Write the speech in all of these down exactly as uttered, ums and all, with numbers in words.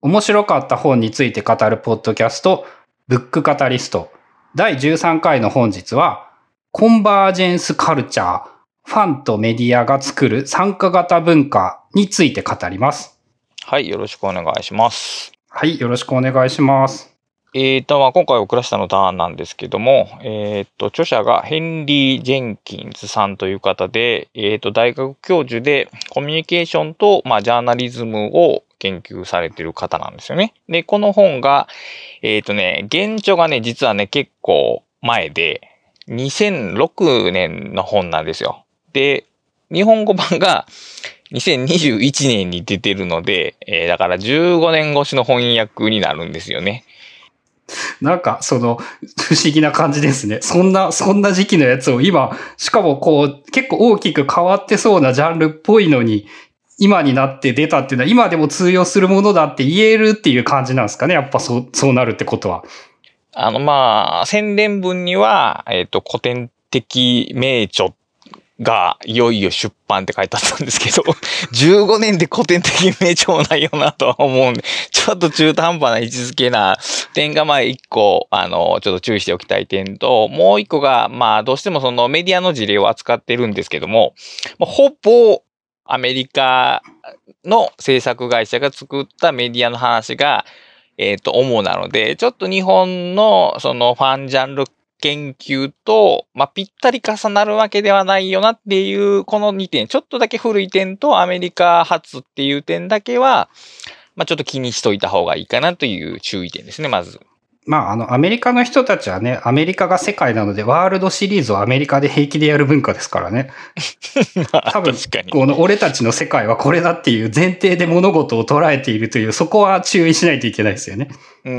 面白かった本について語るポッドキャスト、ブックカタリスト。だいじゅうさんかいの本日は、コンバージェンスカルチャー、ファンとメディアが作る参加型文化について語ります。 はい、よろしくお願いします。 はい、よろしくお願いします。 えーと、まあ、今回送らせたのターンなんですけども、えーと、著者がヘンリー・ジェンキンズさんという方で、えーと、大学教授でコミュニケーションと、まあ、ジャーナリズムを研究されている方なんですよね。で、この本が、えーとね、原著がね、実はね、結構前で、にせんろくねんの本なんですよ。で、日本語版がにせんにじゅういちねんに出てるので、えー、だからじゅうごねん越しの翻訳になるんですよね。 なんか、その、不思議な感じですね。そんな、そんな時期のやつを今、しかもこう、結構大きく変わってそうなジャンルっぽいのに、今になって出たっていうのは、今でも通用するものだって言えるっていう感じなんですかね。やっぱそう、そうなるってことは。 あの、まあ、宣伝文には、えっと、古典的名著がいよいよ出版って書いてあったんですけど、じゅうごねんで古典的名著もないよなとは思うんで、ちょっと中途半端な位置づけな点が、まあ、一個、あの、ちょっと注意しておきたい点と、もう一個が、まあ、どうしてもそのメディアの事例を扱ってるんですけども、ほぼアメリカの制作会社が作ったメディアの話が、えっと、主なので、ちょっと日本のそのファンジャンル研究と、まあ、ぴったり重なるわけではないよなっていう、このにてん、ちょっとだけ古い点とアメリカ発っていう点だけは、まあ、ちょっと気にしといた方がいいかなという注意点ですね、まず。 まあ、あの、アメリカの人たちはね、アメリカが世界なので、ワールドシリーズをアメリカで平気でやる文化ですからね。 まあ、 多分、 確かに。 この俺たちの世界はこれだっていう前提で物事を捉えているという、そこは注意しないといけないですよね。 うん。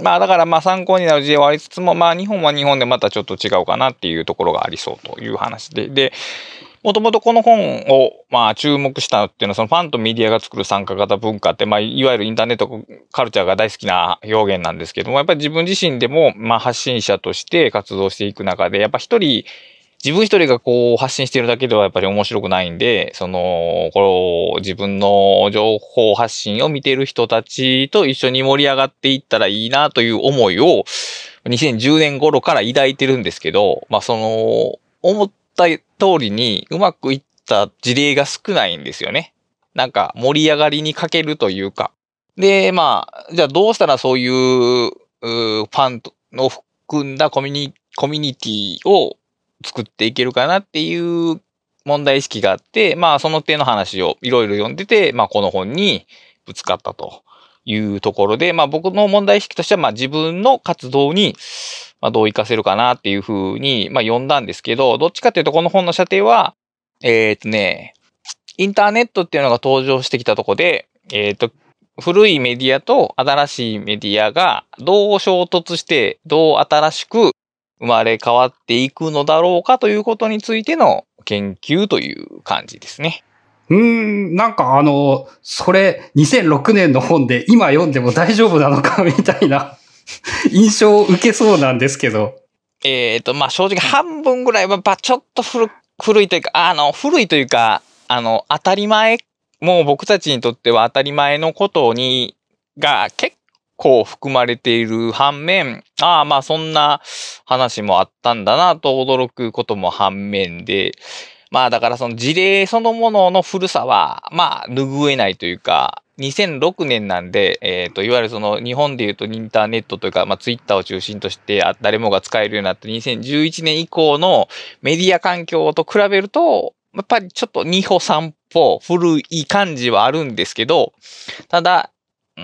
まあ、だからまあ参考になる事例はありつつも、まあ、日本は日本でまたちょっと違うかなっていうところがありそうという話で。で、もともとこの本を、まあ、注目したっていうのは、そのファンとメディアが作る参加型文化って、まあ、いわゆるインターネットカルチャーが大好きな表現なんですけども、やっぱり自分自身でも、まあ、発信者として活動していく中で、やっぱ一人、自分一人がこう発信しているだけではやっぱり面白くないんで、その、こう、自分の情報発信を見ている人たちと一緒に盛り上がっていったらいいなという思いを、にせんじゅうねん頃から抱いてるんですけど、まあ、その、思った通りにうまくいった事例が少ないんですよね。なんか盛り上がりに欠けるというか。で、まあ、じゃあどうしたらそういう、うファンの含んだコミュニ、コミュニティを作っていけるかなっていう問題意識があって、まあその点の話をいろいろ読んでて、まあこの本にぶつかったというところで、まあ僕の問題意識としては、まあ自分の活動に、まあどう活かせるかなっていうふうに、まあ読んだんですけど、どっちかっていうとこの本の射程は、えっとね、インターネットっていうのが登場してきたところで、えっと、古いメディアと新しいメディアがどう衝突して、どう新しく生まれ変わっていくのだろうかということについての研究という感じですね。 うーん、なんかあの、それにせんろくねんの本で今読んでも大丈夫なのかみたいな印象を受けそうなんですけど。 えっと、まあ、正直半分ぐらいは、まあ、ちょっと古、古いというか、あの、古いというか、あの、当たり前、もう僕たちにとっては当たり前のことに、が結構含まれている反面、ああ、まあ、そんな話もあったんだなと驚くことも反面で、まあだからその事例そのものの古さは、まあ拭えないというか、にせんろくねんなんで、えっと、いわゆるその日本でいうとインターネットというか、まあツイッターを中心として誰もが使えるようになってにせんじゅういちねん以降のメディア環境と比べると、やっぱりちょっとに歩さん歩古い感じはあるんですけど、ただ、うん、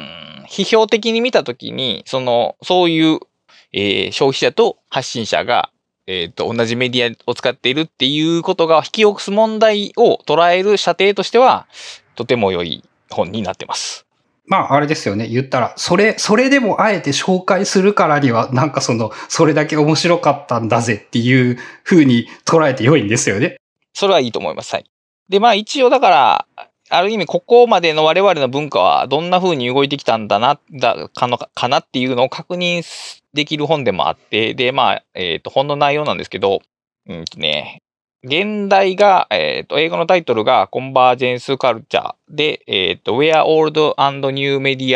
批評的に見たときに、その、そういう、えー消費者と発信者がえっと、同じメディアを使っているっていうことが引き起こす問題を捉える射程としては、とても良い本になってます。 まあ、あれですよね。言ったら、それ、それでもあえて紹介するからには、なんかその、それだけ面白かったんだぜっていう風に捉えて良いんですよね。 それはいいと思います。はい。で、まあ一応だから、ある意味ここまでの我々の文化はどんな風に動いてきたんだな、だかのかなっていうのを確認できる本でもあって、で、まあ、えっと、本の内容なんですけど、うんとね、現代が、えっと、英語のタイトルがコンバージェンスカルチャーで、えっと、Where Old and New Media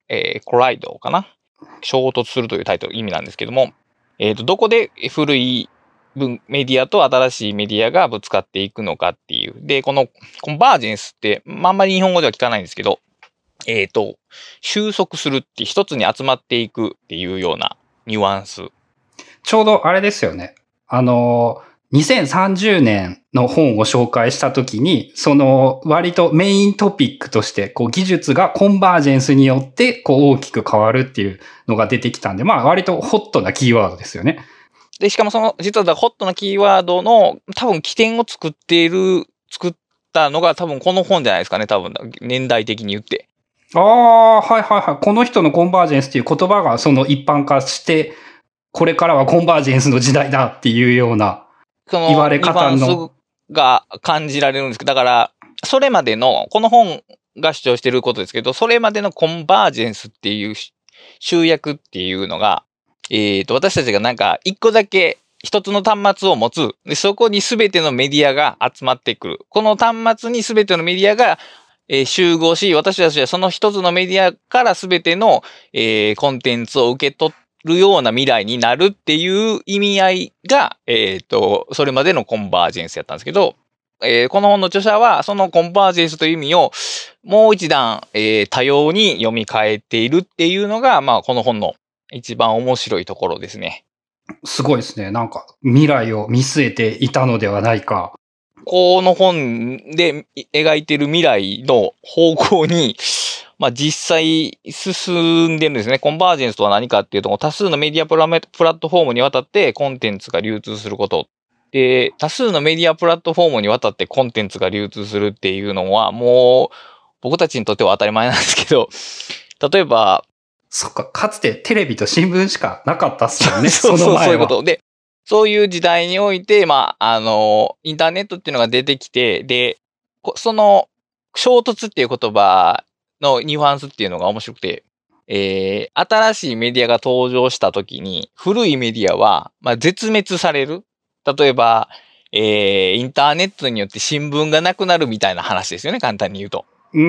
えー、コライドかな。衝突するというタイトル、意味なんですけども、えっと、どこで古い文メディアと新しいメディアがぶつかっていくのかっていう。で、このコンバージェンスって、まあ、あんまり日本語では聞かないんですけど、えっと、収束するって一つに集まっていくっていうようなニュアンス。 ちょうどあれですよね。あの、にせんさんじゅうねんの本を紹介したときに、その割とメイントピックとして、こう技術がコンバージェンスによってこう大きく変わるっていうのが出てきたんで、まあ割とホットなキーワードですよね。 で、しかもその、実はホットなキーワードの多分起点を作っている、作ったのが多分この本じゃないですかね、多分年代的に言って。 ああ、はいはいはい。この人のコンバージェンスっていう言葉がその一般化して、これからはコンバージェンスの時代だっていうような言われ方の。 ニュアンスが感じられるんですけど、だから、それまでの、この本が主張していることですけど、それまでのコンバージェンスっていう集約っていうのが、えっと、私たちがなんか一個だけ一つの端末を持つ。で、そこに全てのメディアが集まってくる。この端末に全てのメディアが、えー、集合し、私たちはその一つのメディアから全ての、えー、コンテンツを受け取るような未来になるっていう意味合いが、えっと、それまでのコンバージェンスやったんですけど、えー、この本の著者はそのコンバージェンスという意味をもう一段、えー、多様に読み替えているっていうのが、まあ、この本の一番面白いところですね。 すごいですね。なんか未来を見据えていたのではないか。 この本で描いている未来の方向に、まあ実際進んでるんですね。コンバージェンスとは何かっていうと、多数のメディアプラメプラットフォームにわたってコンテンツが流通すること。で、多数のメディアプラットフォームにわたってコンテンツが流通するっていうのは、もう僕たちにとっては当たり前なんですけど、例えば、 そっか、かつてテレビと新聞しかなかったっすよね。 そうそう、 その前は。 そういうこと。で、そういう時代において、まあ、あの、インターネットっていうのが出てきて、で、その、衝突っていう言葉のニュアンスっていうのが面白くて、えー、新しいメディアが登場した時に、古いメディアは、まあ、絶滅される。例えば、えー、インターネットによって新聞がなくなるみたいな話ですよね、簡単に言うと。 うん、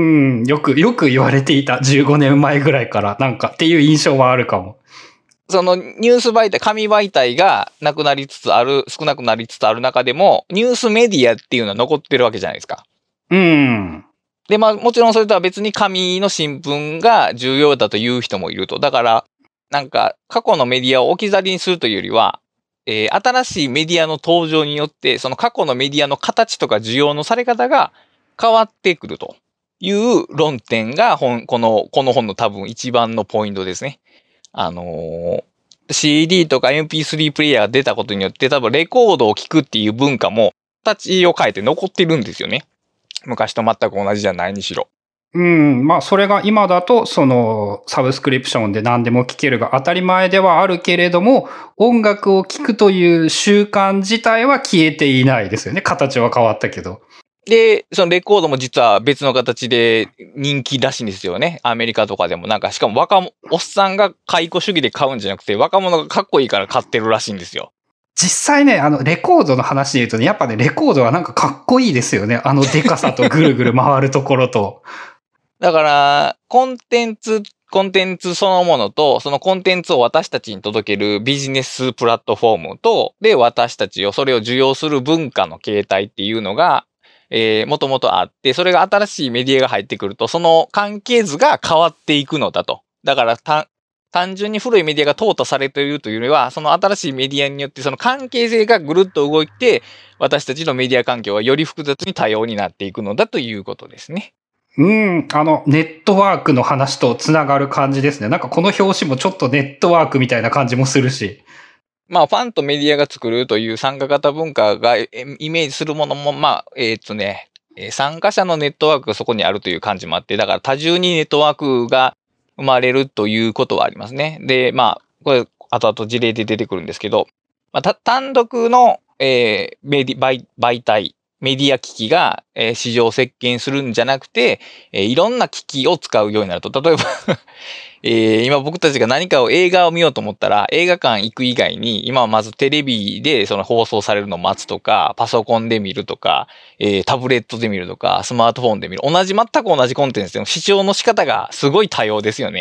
よく、よく言われていた。じゅうごねんまえぐらいから、なんかっていう印象はあるかも。 そのニュース媒体、紙媒体がなくなりつつある、少なくなりつつある中でも、ニュースメディアっていうのは残ってるわけじゃないですか。 うん。 で、まあもちろんそれとは別に紙の新聞が重要だという人もいると。だから、なんか過去のメディアを置き去りにするというよりは、えー、新しいメディアの登場によって、その過去のメディアの形とか需要のされ方が変わってくるという論点が本、この、この本の多分一番のポイントですね。あのー、シーディー とか エムピースリー プレイヤーが出たことによって多分レコードを聴くっていう文化も形を変えて残ってるんですよね。昔と全く同じじゃないにしろ。 うん。まあ、それが今だと、その、サブスクリプションで何でも聴けるが当たり前ではあるけれども、音楽を聴くという習慣自体は消えていないですよね。形は変わったけど。 で、そのレコードも実は別の形で人気らしいんですよね。アメリカとかでも。なんか、しかも若者、おっさんが解雇主義で買うんじゃなくて、若者がかっこいいから買ってるらしいんですよ。 実際ね、あの、レコードの話で言うとね、やっぱね、レコードはなんかかっこいいですよね。あのデカさとぐるぐる回るところと。 だから、コンテンツ、コンテンツそのものと、そのコンテンツを私たちに届けるビジネスプラットフォームと、で、私たちを、それを受容する文化の形態っていうのが、えー、もともとあって、それが新しいメディアが入ってくると、その関係図が変わっていくのだと。だから、た、単純に古いメディアが淘汰されているというよりは、その新しいメディアによってその関係性がぐるっと動いて、私たちのメディア環境はより複雑に多様になっていくのだということですね。 うん、あの、ネットワークの話とつながる感じですね。なんかこの表紙もちょっとネットワークみたいな感じもするし。 まあ、ファンとメディアが作るという参加型文化がイメージするものも、まあ、えー、っとね、参加者のネットワークがそこにあるという感じもあって、だから多重にネットワークが生まれるということはありますね。で、まあ、これ、後々事例で出てくるんですけど、まあ、単独の、えー、メディ媒、媒体、メディア機器が、えー、市場を席巻するんじゃなくて、えー、いろんな機器を使うようになると、例えば、えー、今僕たちが何かを映画を見ようと思ったら、映画館行く以外に、今はまずテレビでその放送されるのを待つとか、パソコンで見るとか、えー、タブレットで見るとか、スマートフォンで見る。同じ、全く同じコンテンツでも視聴の仕方がすごい多様ですよね。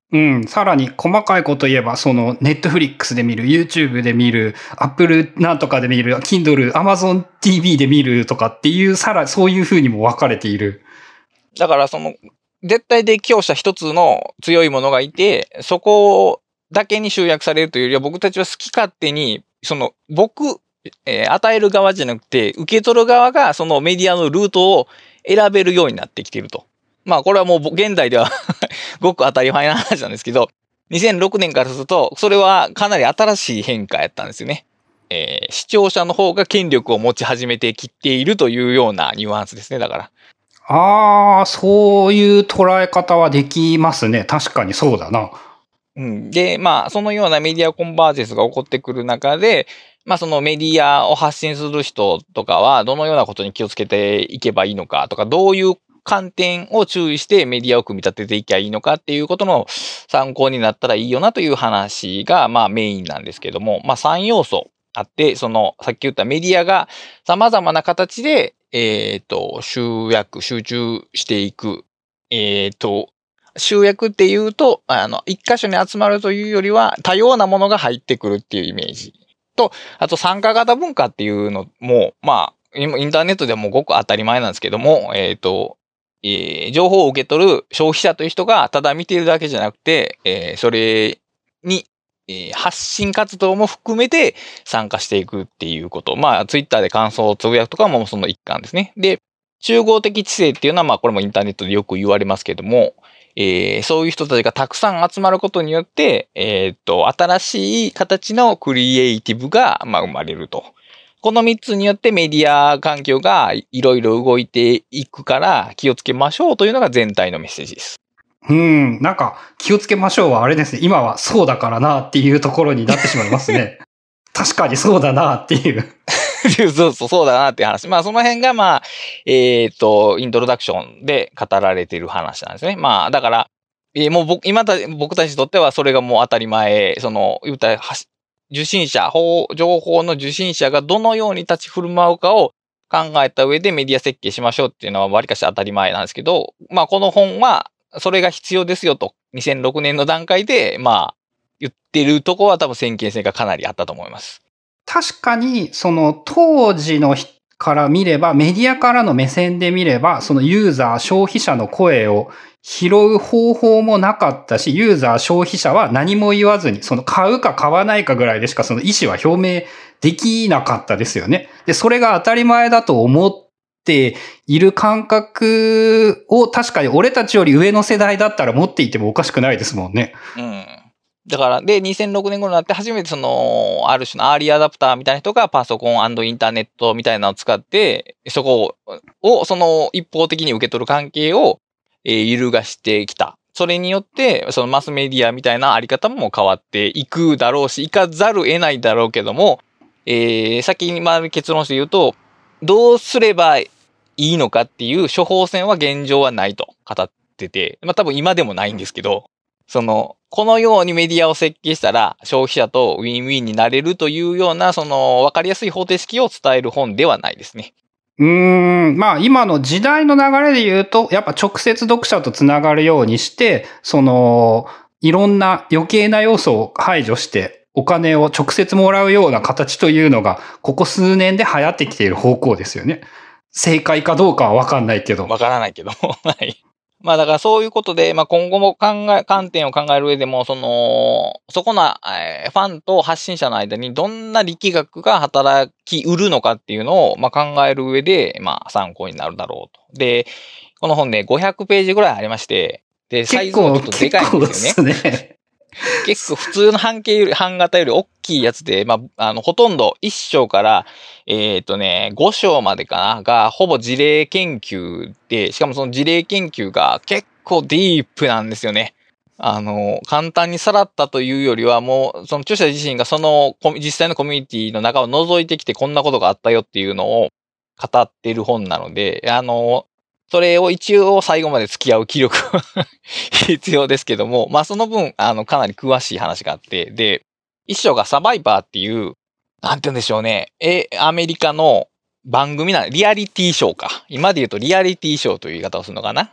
うん、さらに細かいこと言えば、その、ネットフリックスで見る、YouTube で見る、Apple なんとかで見る、Kindle、Amazon ティーブイ で見るとかっていう、さら、そういう風にも分かれている。 だからその、絶対的強者一つの強いものがいて、そこだけに集約されるというよりは、僕たちは好き勝手に、その、僕、えー与える側じゃなくて、受け取る側がそのメディアのルートを選べるようになってきていると。まあこれはもう現代ではごく当たり前な話なんですけど、にせんろくねんからすると、それはかなり新しい変化やったんですよね。えー視聴者の方が権力を持ち始めてきているというようなニュアンスですね、だから。 ああ、そういう捉え方はできますね。確かにそうだな。 うん、で、まあ、そのようなメディアコンバージェンスが起こってくる中で、まあ、そのメディアを発信する人とかは、どのようなことに気をつけていけばいいのかとか、どういう観点を注意してメディアを組み立てていけばいいのかっていうことの参考になったらいいよなという話が、まあ、メインなんですけども、まあ、さん要素あって、その、さっき言ったメディアが様々な形で、えっと、集約、集中していく。えっと、集約っていうと、あの、一箇所に集まるというよりは、多様なものが入ってくるっていうイメージ。と、あと参加型文化っていうのも、まあ、今インターネットではもうごく当たり前なんですけども、えっと、えー情報を受け取る消費者という人がただ見ているだけじゃなくて、えーそれに、えー発信活動も含めて参加していくっていうこと。まあ、ツイッターで感想をつぶやくとかもその一環ですね。で、集合的知性っていうのは、まあ、これもインターネットでよく言われますけども、えーそういう人たちがたくさん集まることによって、えーっと、新しい形のクリエイティブが、まあ、生まれると。このみっつによってメディア環境がいろいろ動いていくから気をつけましょうというのが全体のメッセージです。 うん、なんか気をつけましょうはあれですね。今はそうだからなっていうところになってしまいますね。確かにそうだなっていう。 そうそう、そうだなっていう話。まあ、その辺が、まあ、えーっと、イントロダクションで語られている話なんですね。まあ、だから、えーもう僕、今た、僕たちにとってはそれがもう当たり前、その、言うたら、はし受信者、報情報の受信者がどのように立ち振る舞うかを考えた上でメディア設計しましょうっていうのは割かし当たり前なんですけど、まあ、この本は、それが必要ですよと、にせんろくねんの段階で、まあ、言ってるとこは多分先見性がかなりあったと思います。 確かに、その当時の人から見れば、メディアからの目線で見れば、そのユーザー、消費者の声を拾う方法もなかったし、ユーザー、消費者は何も言わずに、その買うか買わないかぐらいでしかその意思は表明できなかったですよね。で、それが当たり前だと思っている感覚を確かに俺たちより上の世代だったら持っていてもおかしくないですもんね。 うん。だから、で、にせんろくねん頃になって初めてその、ある種のアーリーアダプターみたいな人がパソコン&インターネットみたいなのを使って、そこを、をその一方的に受け取る関係を、えー揺るがしてきた。それによって、そのマスメディアみたいなあり方も変わっていくだろうし、いかざる得ないだろうけども、えー先にまあ結論して言うと、どうすればいいのかっていう処方箋は現状はないと語ってて、まあ多分今でもないんですけど、その、このようにメディアを設計したら消費者とウィンウィンになれるというような、その、わかりやすい方程式を伝える本ではないですね。 うーん、まあ今の時代の流れで言うと、やっぱ直接読者とつながるようにして、その、いろんな余計な要素を排除して、お金を直接もらうような形というのが、ここ数年で流行ってきている方向ですよね。正解かどうかはわかんないけど。 わからないけども。はい。まあだからそういうことで、まあ今後も考え、観点を考える上でも、その、そこな、えーファンと発信者の間にどんな力学が働きうるのかっていうのを、まあ考える上で、まあ参考になるだろうと。で、この本ね、ごひゃくページぐらいありまして、で、サイ結構、 ズもちょっとで結構でかいんですよね。 すね。 結構普通の半径より、半型より大きいやつで、まあ、あの、ほとんどいっ章から、えっとね、ご章までかな、が、ほぼ事例研究で、しかもその事例研究が結構ディープなんですよね。あの、簡単にさらったというよりは、もう、その著者自身がそのコミ、実際のコミュニティの中を覗いてきてこんなことがあったよっていうのを語っている本なので、あの、それを一応最後まで付き合う気力は必要ですけども、まあその分、あの、かなり詳しい話があって、で、一章がサバイバーっていう、なんて言うんでしょうね、え、アメリカの番組な、リアリティショーか。今で言うとリアリティショーという言い方をするのかな。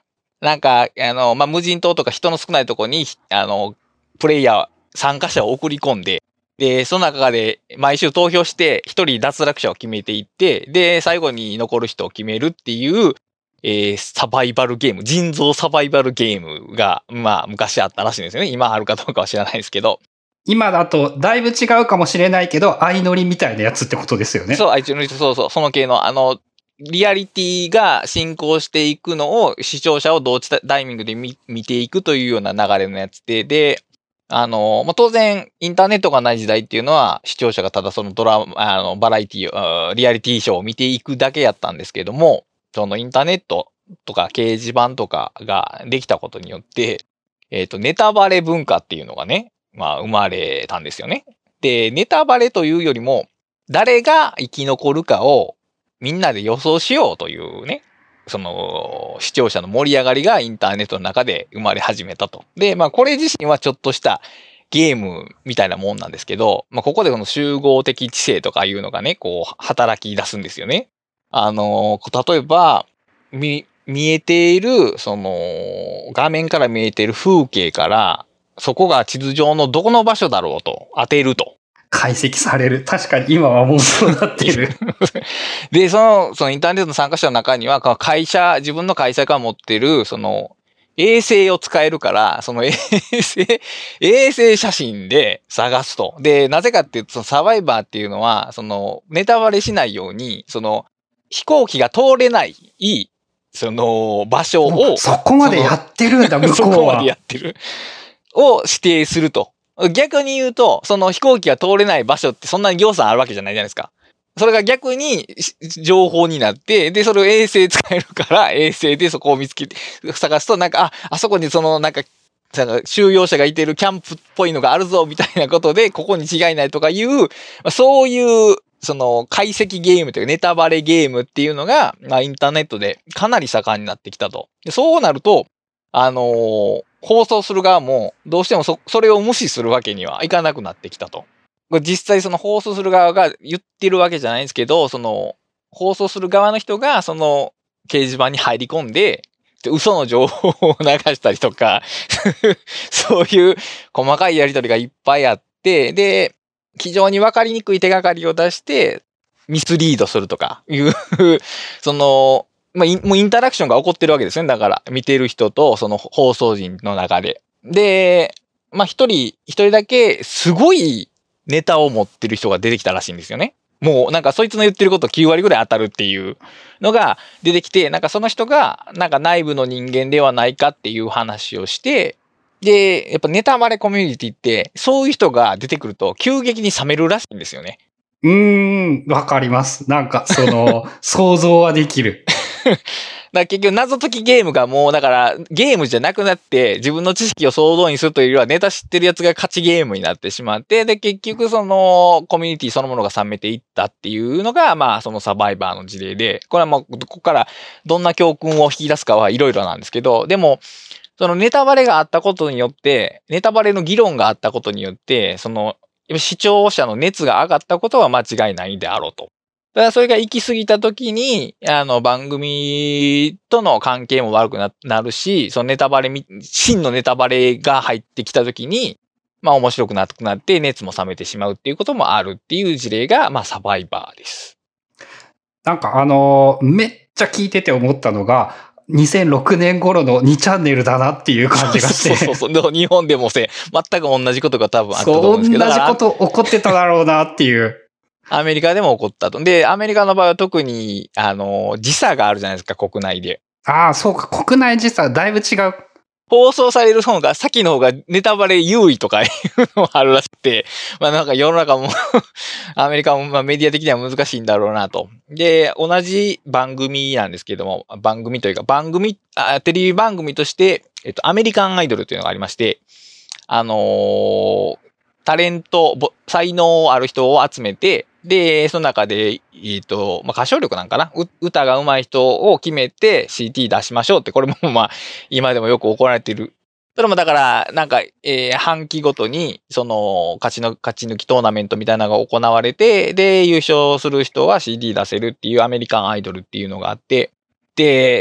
なんか、あの、まあ、無人島とか人の少ないとこに、あの、プレイヤー、参加者を送り込んで、で、その中で毎週投票して、一人脱落者を決めていって、で、最後に残る人を決めるっていう、えー、サバイバルゲーム、人造サバイバルゲームが、まあ、昔あったらしいんですよね。今あるかどうかは知らないですけど。 今だとだいぶ違うかもしれないけど、相乗りみたいなやつってことですよね。 そう、相乗り、そうそう、その系の、あの、リアリティが進行していくのを視聴者を同時タイミングで 見, 見ていくというような流れのやつで、で、あの、まあ、当然、インターネットがない時代っていうのは、視聴者がただそのドラマ、あの、バラエティ、リアリティショーを見ていくだけやったんですけれども、そのインターネットとか掲示板とかができたことによって、えっと、ネタバレ文化っていうのがね、まあ、生まれたんですよね。で、ネタバレというよりも、誰が生き残るかをみんなで予想しようというね、その視聴者の盛り上がりがインターネットの中で生まれ始めたと。で、まあこれ自身はちょっとしたゲームみたいなもんなんですけど、まあここでこの集合的知性とかいうのがね、こう働き出すんですよね。あの、例えば、見、見えている、その、画面から見えている風景から、そこが地図上のどこの場所だろうと当てると。 解析される。確かに今はもうそうなっている。 で、その、そのインターネットの参加者の中には、会社、自分の会社が持ってる、その、衛星を使えるから、その衛星、衛星写真で探すと。で、なぜかっていうと、そのサバイバーっていうのは、その、ネタバレしないように、その、飛行機が通れない、その、場所を。 そこまでやってるんだ、向こうは。 そこまでやってる。を指定すると。逆に言うと、その飛行機が通れない場所ってそんなに行さんあるわけじゃないじゃないですか。それが逆に情報になって、で、それを衛星使えるから、衛星でそこを見つけて、探すと、なんか、あ、あそこにその、なんか、収容者がいてるキャンプっぽいのがあるぞ、みたいなことで、ここに違いないとかいう、そういう、その、解析ゲームというか、ネタバレゲームっていうのが、まあ、インターネットでかなり盛んになってきたと。でそうなると、あのー、放送する側も、どうしてもそ、それを無視するわけにはいかなくなってきたと。これ実際その放送する側が言ってるわけじゃないんですけど、その、放送する側の人が、その、掲示板に入り込んで、で嘘の情報を流したりとか、そういう細かいやりとりがいっぱいあって、で、非常にわかりにくい手がかりを出して、ミスリードするとかいう、その、まあ、もうインタラクションが起こってるわけですね。だから、見てる人とその放送陣の中で。で、まあ、一人、一人だけすごいネタを持ってる人が出てきたらしいんですよね。もうなんかそいつの言ってることきゅうわりぐらい当たるっていうのが出てきて、なんかその人がなんか内部の人間ではないかっていう話をして、で、やっぱネタバレコミュニティってそういう人が出てくると急激に冷めるらしいんですよね。 うーん、わかります。なんかその、想像はできる。 だから結局謎解きゲームがもうだからゲームじゃなくなって自分の知識を総動員するというよりはネタ知ってるやつが勝ちゲームになってしまって、で結局そのコミュニティそのものが冷めていったっていうのがまあそのサバイバーの事例で、これはもうここからどんな教訓を引き出すかはいろいろなんですけど、でもそのネタバレがあったことによってネタバレの議論があったことによってその視聴者の熱が上がったことは間違いないであろうと。ただそれが行き過ぎた時に、あの番組との関係も悪くなるし、そのネタバレ、真のネタバレが入ってきた時に、まあ面白くなくなって熱も冷めてしまうっていうこともあるっていう事例が、まあサバイバーです。 なんかあのー、めっちゃ聞いてて思ったのが、にせんろくねん頃のにチャンネルだなっていう感じがして。 そうそうそう。日本でもせ、全く同じことが多分あったと思うんですけど。 同じこと起こってただろうなっていう。 アメリカでも起こったと。で、アメリカの場合は特に、あの、時差があるじゃないですか、国内で。 ああ、そうか、国内時差だいぶ違う。 放送される方が、先の方がネタバレ優位とかいうのがあるらしくて、まあなんか世の中もアメリカもまあメディア的には難しいんだろうなと。で、同じ番組なんですけども、番組というか番組、あテレビ番組として、えっと、アメリカンアイドルというのがありまして、あのー、タレント、才能ある人を集めて、で、その中で、えっと、まあ、歌唱力なんかな、歌が上手い人を決めて シーティー 出しましょうって、これもまあ、今でもよく行われている。それもだから、なんか、えー、半期ごとに、その、勝ちの、勝ち抜きトーナメントみたいなのが行われて、で、優勝する人は シーディー 出せるっていうアメリカンアイドルっていうのがあって、で、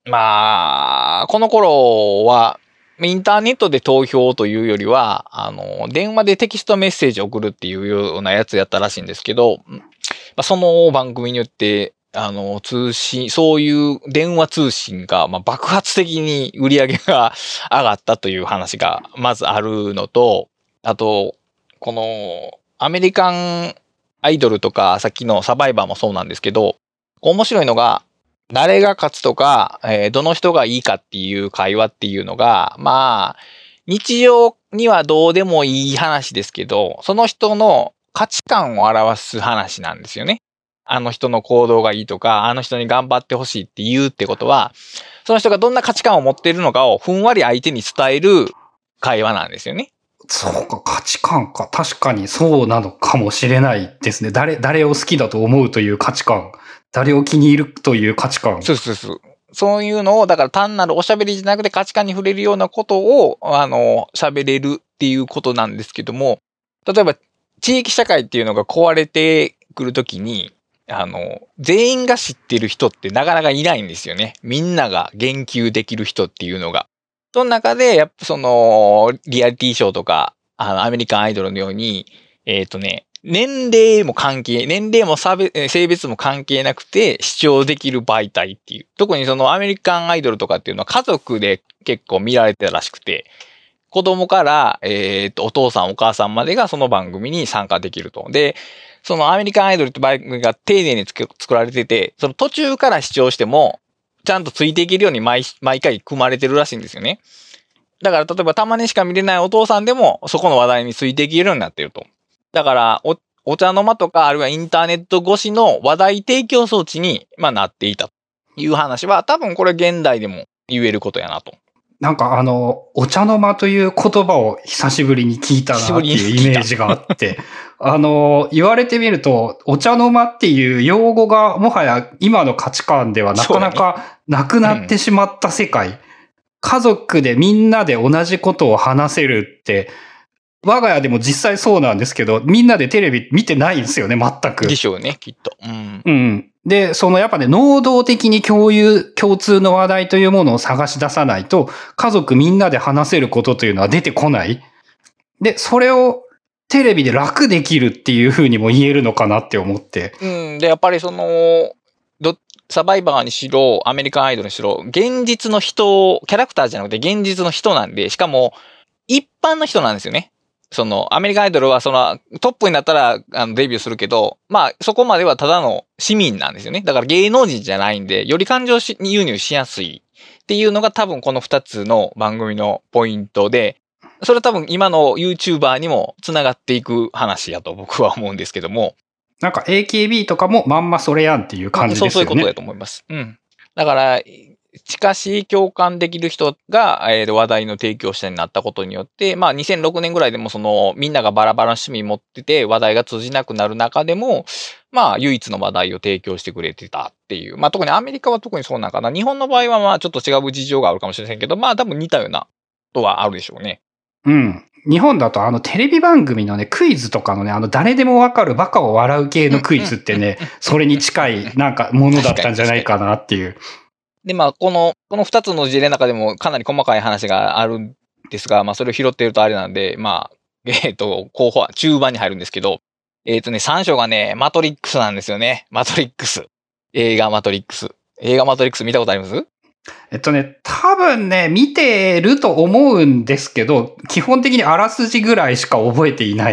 まあ、この頃は、インターネットで投票というよりは、あの、電話でテキストメッセージを送るっていうようなやつやったらしいんですけど、まあ、その番組によって、あの、通信、そういう電話通信が、まあ、爆発的に売り上げが上がったという話がまずあるのと、あと、この、アメリカンアイドルとか、さっきのサバイバーもそうなんですけど、面白いのが、誰が勝つとか、えーどの人がいいかっていう会話っていうのが、まあ、日常にはどうでもいい話ですけど、その人の価値観を表す話なんですよね。あの人の行動がいいとか、あの人に頑張ってほしいって言うってことは、その人がどんな価値観を持っているのかをふんわり相手に伝える会話なんですよね。 そうか、価値観か。確かにそうなのかもしれないですね。誰、誰を好きだと思うという価値観。誰を気に入るという価値観。 そうそうそう。そういうのを、だから単なるおしゃべりじゃなくて価値観に触れるようなことを、あの、喋れるっていうことなんですけども、例えば、地域社会っていうのが壊れてくるときに、あの、全員が知ってる人ってなかなかいないんですよね。みんなが言及できる人っていうのが。その中で、やっぱその、リアリティショーとか、あの、アメリカンアイドルのように、えっとね、年齢も関係、年齢も差別性別も関係なくて視聴できる媒体っていう。特にそのアメリカンアイドルとかっていうのは家族で結構見られてたらしくて、子供から、えっと、お父さんお母さんまでがその番組に参加できると。で、そのアメリカンアイドルって番組が丁寧に作られてて、その途中から視聴しても、ちゃんとついていけるように毎毎回組まれてるらしいんですよね。だから例えばたまにしか見れないお父さんでもそこの話題についていけるようになっていると。だからお、お茶の間とかあるいはインターネット越しの話題提供装置に、まあ、なっていたという話は多分これ現代でも言えることやなと。 なんかあの、お茶の間という言葉を久しぶりに聞いたなっていうイメージがあって、あの、言われてみると、お茶の間っていう用語がもはや今の価値観ではなかなかなくなってしまった世界。うん、家族でみんなで同じことを話せるって、我が家でも実際そうなんですけど、みんなでテレビ見てないんですよね、全く。 でしょうね、きっと。うん。 うん。で、そのやっぱね、能動的に共有、共通の話題というものを探し出さないと、家族みんなで話せることというのは出てこない。で、それをテレビで楽できるっていうふうにも言えるのかなって思って。 うん。で、やっぱりその、ど、サバイバーにしろ、アメリカンアイドルにしろ、現実の人、キャラクターじゃなくて現実の人なんで、しかも、一般の人なんですよね。その、アメリカンアイドルは、その、トップになったら、あの、デビューするけど、まあ、そこまではただの市民なんですよね。だから芸能人じゃないんで、より感情移入しやすいっていうのが多分この二つの番組のポイントで、それは多分今の YouTuber にも繋がっていく話やと僕は思うんですけども。 なんか エーケービー とかもまんまそれやんっていう感じですよね。 そう、そういうことだと思います。うん。だから、近しい共感できる人が、えー、話題の提供者になったことによって、まあにせんろくねんぐらいでもそのみんながバラバラの趣味持ってて話題が通じなくなる中でも、まあ唯一の話題を提供してくれてたっていう。まあ特にアメリカは特にそうなんかな。日本の場合はまあちょっと違う事情があるかもしれませんけど、まあ多分似たようなことはあるでしょうね。 うん。日本だとあのテレビ番組のね、クイズとかのね、あの誰でもわかるバカを笑う系のクイズってね、それに近いなんかものだったんじゃないかなっていう。 で、まあ、この、この二つの事例の中でもかなり細かい話があるんですが、まあ、それを拾っているとあれなんで、まあ、えっと、後半、中盤に入るんですけど、えっとね、三章がね、マトリックスなんですよね。マトリックス。映画マトリックス。映画マトリックス見たことあります？ えっとね、多分ね、見てると思うんですけど、基本的にあらすじぐらいしか覚えていない。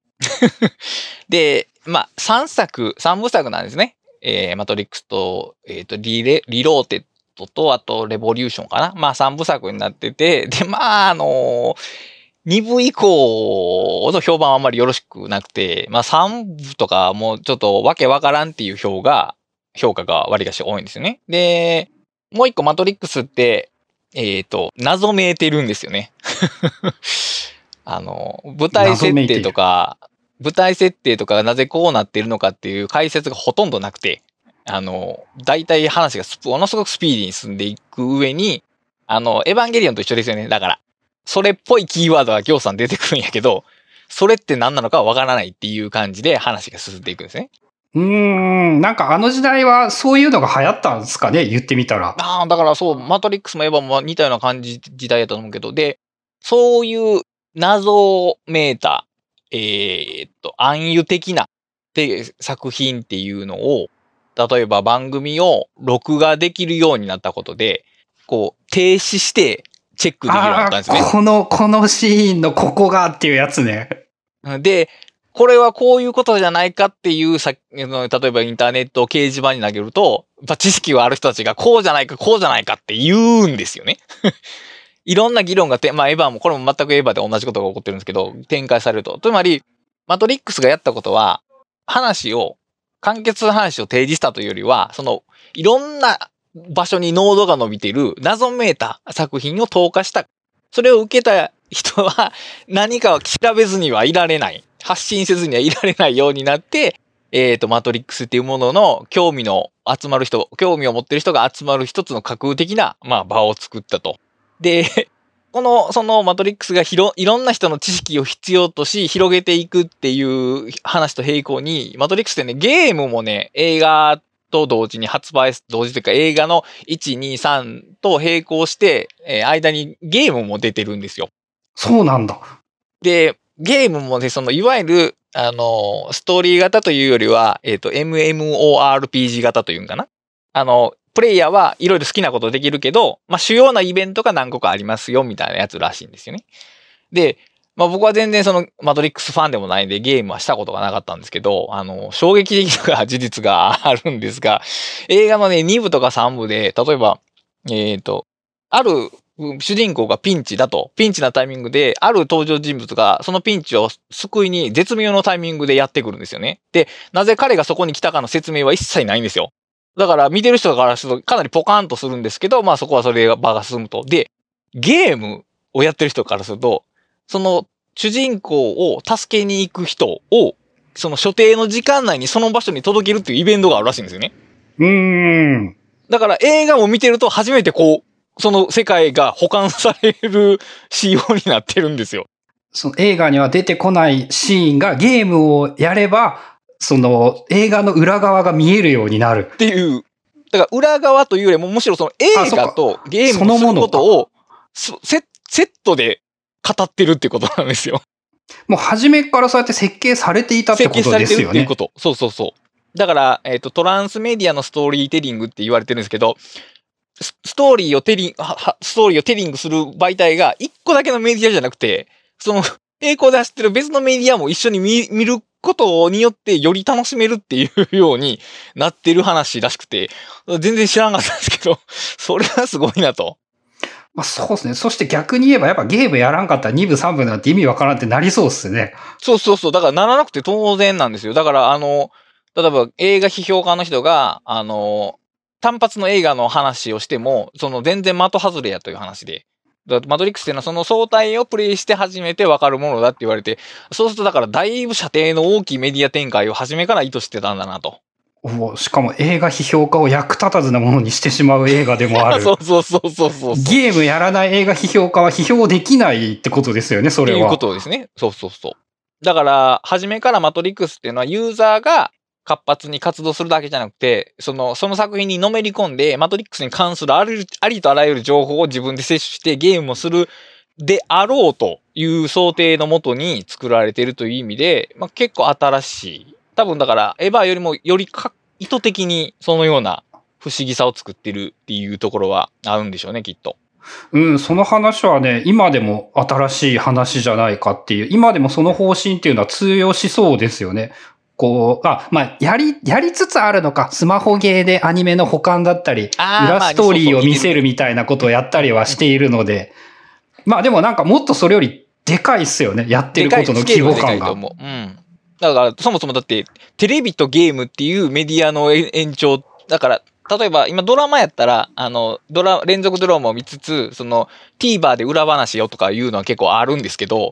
で、まあ、三作、三部作なんですね。えー、マトリックスと、えっと、リレ、リローテッドと、あと、レボリューションかな。まあ、三部作になってて、で、まあ、あのー、二部以降の評判はあんまりよろしくなくて、まあ、三部とかもうちょっとわけわからんっていう評が、評価が割りかし多いんですよね。で、もう一個マトリックスって、えっと、謎めいてるんですよね。あの、舞台設定とか、舞台設定とかがなぜこうなっているのかっていう解説がほとんどなくて、あの、大体話がものすごくスピーディーに進んでいく上に、あの、エヴァンゲリオンと一緒ですよね。だから、それっぽいキーワードがぎょうさん出てくるんやけど、それって何なのかわからないっていう感じで話が進んでいくんですね。 うーん、なんかあの時代はそういうのが流行ったんですかね、言ってみたら。 ああ、だからそう、マトリックスもエヴァも似たような感じ、時代だと思うけど、で、そういう謎めいた、えーっと、暗喩的なで作品っていうのを、例えば番組を録画できるようになったことで、こう、停止してチェックできるようになったんああ、 ですよね。 この、このシーンのここがっていうやつね。 で、これはこういうことじゃないかっていうさ、例えばインターネットを掲示板に投げると、知識がある人たちがこうじゃないか、こうじゃないかって言うんですよね。いろんな議論がて、まあエヴァも、これも全くエヴァで同じことが起こってるんですけど、展開されると。つまり、マトリックスがやったことは、話を、完結の話を提示したというよりは、その、いろんな場所に濃度が伸びている謎めいた作品を投下した。それを受けた人は何かを調べずにはいられない。発信せずにはいられないようになって、えっと、マトリックスっていうものの興味の集まる人、興味を持ってる人が集まる一つの架空的な、まあ、場を作ったと。で、この、そのマトリックスが広、いろんな人の知識を必要とし、広げていくっていう話と並行に、マトリックスってね、ゲームもね、映画と同時に発売、同時というか映画のいち、に、さんと並行して、えー間にゲームも出てるんですよ。 そうなんだ。 で、ゲームもね、その、いわゆる、あの、ストーリー型というよりは、えっと、エムエムオーアールピージー 型というんかな。あの、プレイヤーはいろいろ好きなことできるけど、まあ、主要なイベントが何個かありますよ、みたいなやつらしいんですよね。で、まあ、僕は全然その、マトリックスファンでもないんで、ゲームはしたことがなかったんですけど、あの、衝撃的な事実があるんですが、映画のね、にぶとかさんぶで、例えば、えっと、ある主人公がピンチだと、ピンチなタイミングで、ある登場人物がそのピンチを救いに絶妙のタイミングでやってくるんですよね。で、なぜ彼がそこに来たかの説明は一切ないんですよ。だから見てる人からするとかなりポカーンとするんですけど、まあそこはそれが場が進むと。で、ゲームをやってる人からすると、その主人公を助けに行く人を、その所定の時間内にその場所に届けるっていうイベントがあるらしいんですよね。 うーん。 だから映画を見てると初めてこう、その世界が保管される仕様になってるんですよ。 その映画には出てこないシーンがゲームをやれば、その映画の裏側が見えるようになる。 っていう。だから裏側というよりもむしろその映画とゲームをすることをセセットで語ってるっていうことなんですよ。 もう初めからそうやって設計されていたってことですよね。 設計されてるっていうこと。そうそうそう。だから、えっと、トランスメディアのストーリーテリングって言われてるんですけど、スストーリーをテリン、ははストーリーをテリングする媒体が一個だけのメディアじゃなくて、その、並行で走ってる別のメディアも一緒に見見ることによってより楽しめるっていうようになってる話らしくて、全然知らなかったんですけど、それはすごいなと。 まあそうですね。そして逆に言えばやっぱゲームやらんかったらにぶさんぶなんて意味わからんってなりそうですね。 そうそうそう。だからならなくて当然なんですよ。だからあの、例えば映画批評家の人が、あの、単発の映画の話をしても、その全然的外れやという話で。だマトリックスっていうのはその相対をプレイして初めて分かるものだって言われて、そうするとだからだいぶ射程の大きいメディア展開を初めから意図してたんだなと。 おしかも映画批評家を役立たずなものにしてしまう映画でもある。 そうそうそうそうそう。 ゲームやらない映画批評家は批評できないってことですよね、それは。 っていうことですね。そうそうそう。だから、初めからマトリックスっていうのはユーザーが活発に活動するだけじゃなくて、その、その作品にのめり込んで、マトリックスに関するありありとあらゆる情報を自分で摂取してゲームをするであろうという想定のもとに作られているという意味で、まあ、結構新しい。多分だから、エヴァよりもよりか意図的にそのような不思議さを作ってるっていうところはあるんでしょうね、きっと。 うん、その話はね、今でも新しい話じゃないかっていう、今でもその方針っていうのは通用しそうですよね。こう、あ、まあ、やり、やりつつあるのか、スマホゲーでアニメの保管だったり、裏ストーリーを見せるみたいなことをやったりはしているので、まあでもなんかもっとそれよりでかいっすよね、やってることの規模感が。 うん。だから、そもそもだって、テレビとゲームっていうメディアの延長、だから、例えば今ドラマやったら、あの、ドラ、連続ドラマを見つつ、その、TVer で裏話よとかいうのは結構あるんですけど、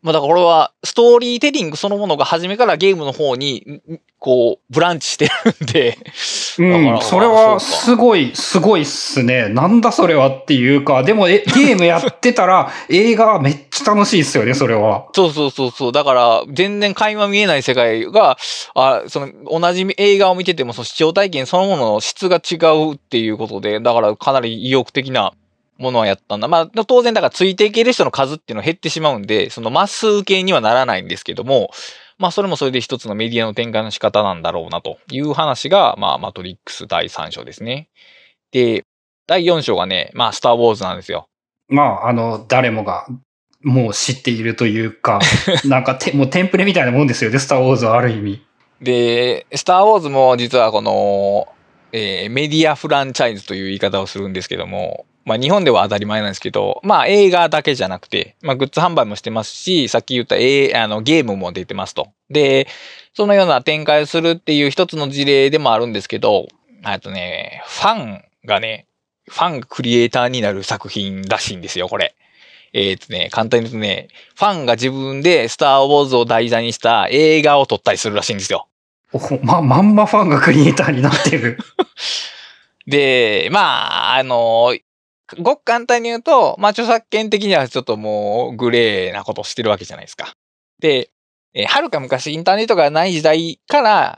まあだからこれはストーリーテリングそのものが初めからゲームの方にこうブランチしてるんで。 うん、それはすごい、すごいっすね。なんだそれはっていうか、でもえゲームやってたら映画めっちゃ楽しいっすよね、それは。 そうそうそうそう。だから全然垣間見えない世界が、あその同じ映画を見ててもその視聴体験そのものの質が違うっていうことで、だからかなり意欲的なものはやったんだ。まあ、当然だからついていける人の数っていうのは減ってしまうんで、そのマス受けにはならないんですけども、まあ、それもそれで一つのメディアの展開の仕方なんだろうなという話が、まあ、マトリックスだいさん章ですね。で、だいよん章がね、まあ、スター・ウォーズなんですよ。 まあ、あの、誰もがもう知っているというか、なんかて、もうテンプレみたいなもんですよね、スター・ウォーズはある意味。 で、スター・ウォーズも実はこの、えー、メディアフランチャイズという言い方をするんですけども、まあ日本では当たり前なんですけど、まあ映画だけじゃなくて、まあグッズ販売もしてますし、さっき言った、えー、あのゲームも出てますと。で、そのような展開をするっていう一つの事例でもあるんですけど、あとね、ファンがね、ファンがクリエイターになる作品らしいんですよ、これ。えっとね、簡単に言うとね、ファンが自分でスター・ウォーズを題材にした映画を撮ったりするらしいんですよ。 おま、まんまファンがクリエイターになってる。 で、まあ、あの、ごく簡単に言うと、まあ著作権的にはちょっともうグレーなことをしてるわけじゃないですか。で、えー、はるか昔インターネットがない時代から、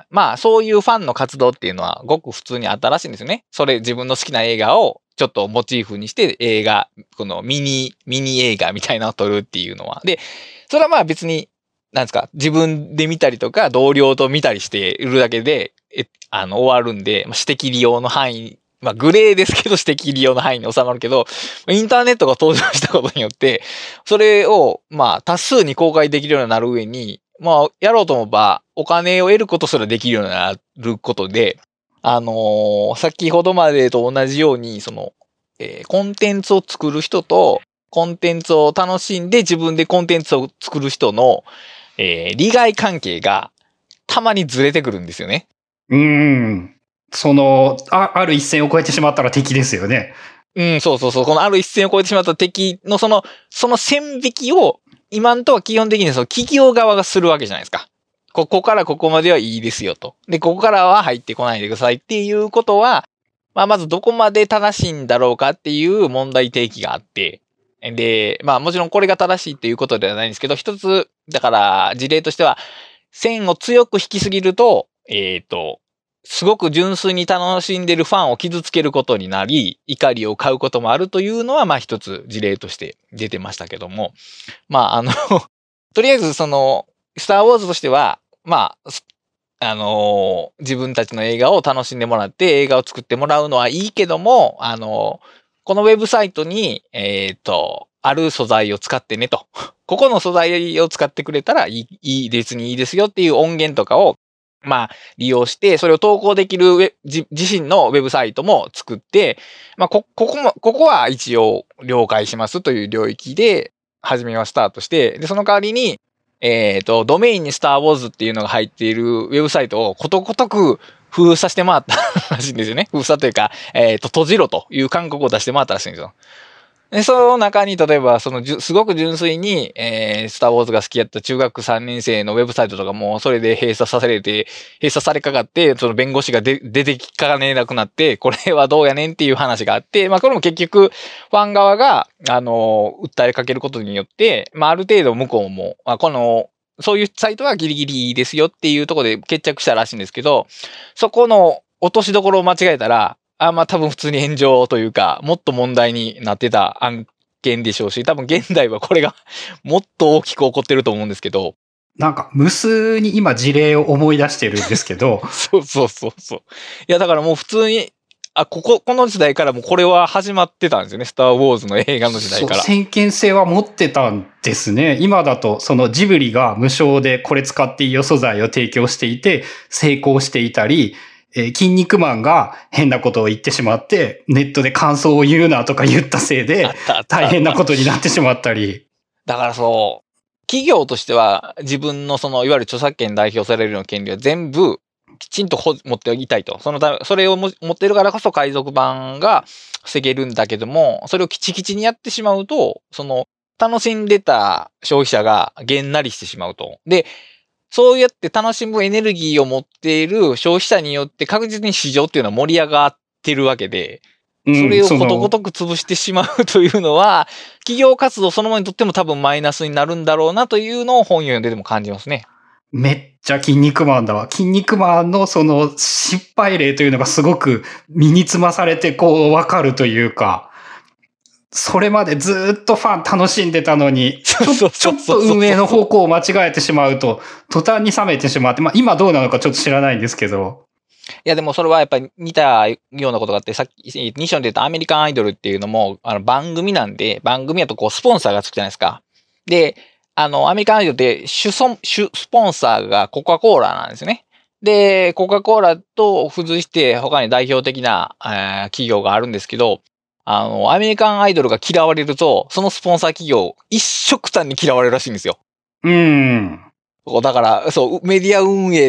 まあそういうファンの活動っていうのはごく普通にあったらしいんですよね。それ自分の好きな映画をちょっとモチーフにして映画、このミニ、ミニ映画みたいなのを撮るっていうのは。で、それはまあ別に、なんですか、自分で見たりとか同僚と見たりしているだけで、え、あの、終わるんで、私的利用の範囲、まあグレーですけど私的利用の範囲に収まるけど、インターネットが登場したことによって、それを、まあ多数に公開できるようになる上に、まあ、やろうと思えば、お金を得ることすらできるようになることで、あのー、先ほどまでと同じように、その、えー、コンテンツを作る人と、コンテンツを楽しんで自分でコンテンツを作る人の、えー、利害関係がたまにずれてくるんですよね。 うーん。その、あ、ある一線を越えてしまったら敵ですよね。 うん、そうそうそう。このある一線を越えてしまった敵のその、その線引きを、今んとは基本的にその企業側がするわけじゃないですか。ここからここまではいいですよと。で、ここからは入ってこないでくださいっていうことは、まあ、まずどこまで正しいんだろうかっていう問題提起があって、で、まあもちろんこれが正しいっていうことではないんですけど、一つ、だから事例としては、線を強く引きすぎると、えっと、すごく純粋に楽しんでるファンを傷つけることになり、怒りを買うこともあるというのは、まあ一つ事例として出てましたけども、まああのとりあえずその、スターウォーズとしては、まあ、あのー、自分たちの映画を楽しんでもらって映画を作ってもらうのはいいけども、あのー、このウェブサイトに、えっと、ある素材を使ってねと。ここの素材を使ってくれたらいい、いい、別にいいですよっていう音源とかを、まあ、利用して、それを投稿できるウェ自自身のウェブサイトも作って、まあ、こ、ここも、ここは一応了解しますという領域で、初めはスタートして、で、その代わりに、えっと、ドメインにスターウォーズっていうのが入っているウェブサイトをことごとく封鎖して回ったらしいんですよね。封鎖というか、えっと、閉じろという勧告を出して回ったらしいんですよ。で、その中に、例えば、そのじゅ、すごく純粋に、えー、スターウォーズが好きやった中学さんねん生のウェブサイトとかも、それで閉鎖させれて、閉鎖されかかって、その弁護士がで出てきかねなくなって、これはどうやねんっていう話があって、まあ、これも結局、ファン側が、あの、訴えかけることによって、まあ、ある程度向こうも、まあ、この、そういうサイトはギリギリいいですよっていうところで決着したらしいんですけど、そこの落としどころを間違えたら、あ、まあ多分普通に炎上というか、もっと問題になってた案件でしょうし、多分現代はこれがもっと大きく起こってると思うんですけど。 なんか無数に今事例を思い出してるんですけど。 そうそうそうそう。いやだからもう普通に、あ、ここ、この時代からもこれは始まってたんですよね。スター・ウォーズの映画の時代から。 そう、先見性は持ってたんですね。今だと、そのジブリが無償でこれ使っていいよ素材を提供していて、成功していたり、えー、筋肉マンが変なことを言ってしまって、ネットで感想を言うなとか言ったせいで、大変なことになってしまったり。 だからそう、企業としては自分のその、いわゆる著作権代表されるような権利は全部、きちんと持っておきたいと。そのため、それを持っているからこそ海賊版が防げるんだけども、それをキチキチにやってしまうと、その、 楽しんでた消費者がげんなりしてしまうと。で、そうやって楽しむエネルギーを持っている消費者によって確実に市場っていうのは盛り上がってるわけで、それをことごとく潰してしまうというのは、企業活動そのものにとっても多分マイナスになるんだろうなというのを本読んででも感じますね。 めっちゃ筋肉マンだわ。筋肉マンのその失敗例というのがすごく身につまされてこうわかるというか、それまでずっとファン楽しんでたのに、ちょ、ちょっと運営の方向を間違えてしまうと、途端に冷めてしまって、まあ今どうなのかちょっと知らないんですけど。 いやでもそれはやっぱり似たようなことがあって、さっき、西野で言ったアメリカンアイドルっていうのも、あの番組なんで、番組だとこうスポンサーがつくじゃないですか。で、あの、アメリカンアイドルって主ソ、主スポンサーがコカ・コーラなんですよね。で、コカ・コーラと付随して他に代表的な、えー、企業があるんですけど、あの、アメリカンアイドルが嫌われると、そのスポンサー企業、一色単に嫌われるらしいんですよ。 うーん。 だから、そう、メディア運営って、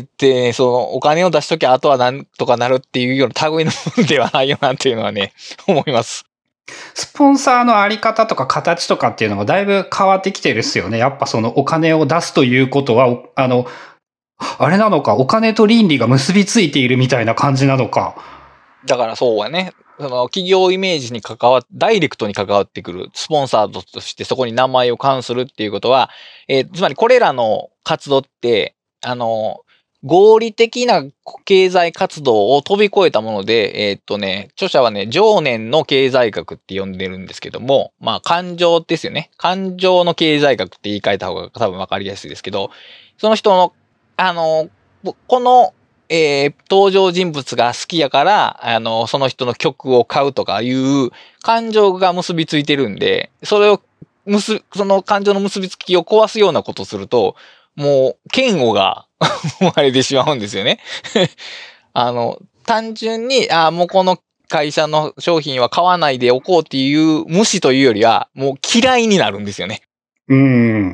その、お金を出しときゃ、あとはなんとかなるっていうような類のものではないよなっていうのはね、思います。 スポンサーのあり方とか形とかっていうのがだいぶ変わってきてるですよね。やっぱそのお金を出すということは、あの、あれなのか、お金と倫理が結びついているみたいな感じなのか。 だからそうはね、その企業イメージに関わっ、ダイレクトに関わってくる、スポンサーとしてそこに名前を冠するっていうことは、えー、つまりこれらの活動って、あの、合理的な経済活動を飛び越えたもので、えー、っとね、著者はね、情念の経済学って呼んでるんですけども、まあ感情ですよね。感情の経済学って言い換えた方が多分わかりやすいですけど、その人の、あの、この、えー、登場人物が好きやから、あの、その人の曲を買うとかいう感情が結びついてるんで、それを、むす、その感情の結びつきを壊すようなことをすると、もう、嫌悪が生まれてしまうんですよね。あの、単純に、あもうこの会社の商品は買わないでおこうっていう無視というよりは、もう嫌いになるんですよね。 うん。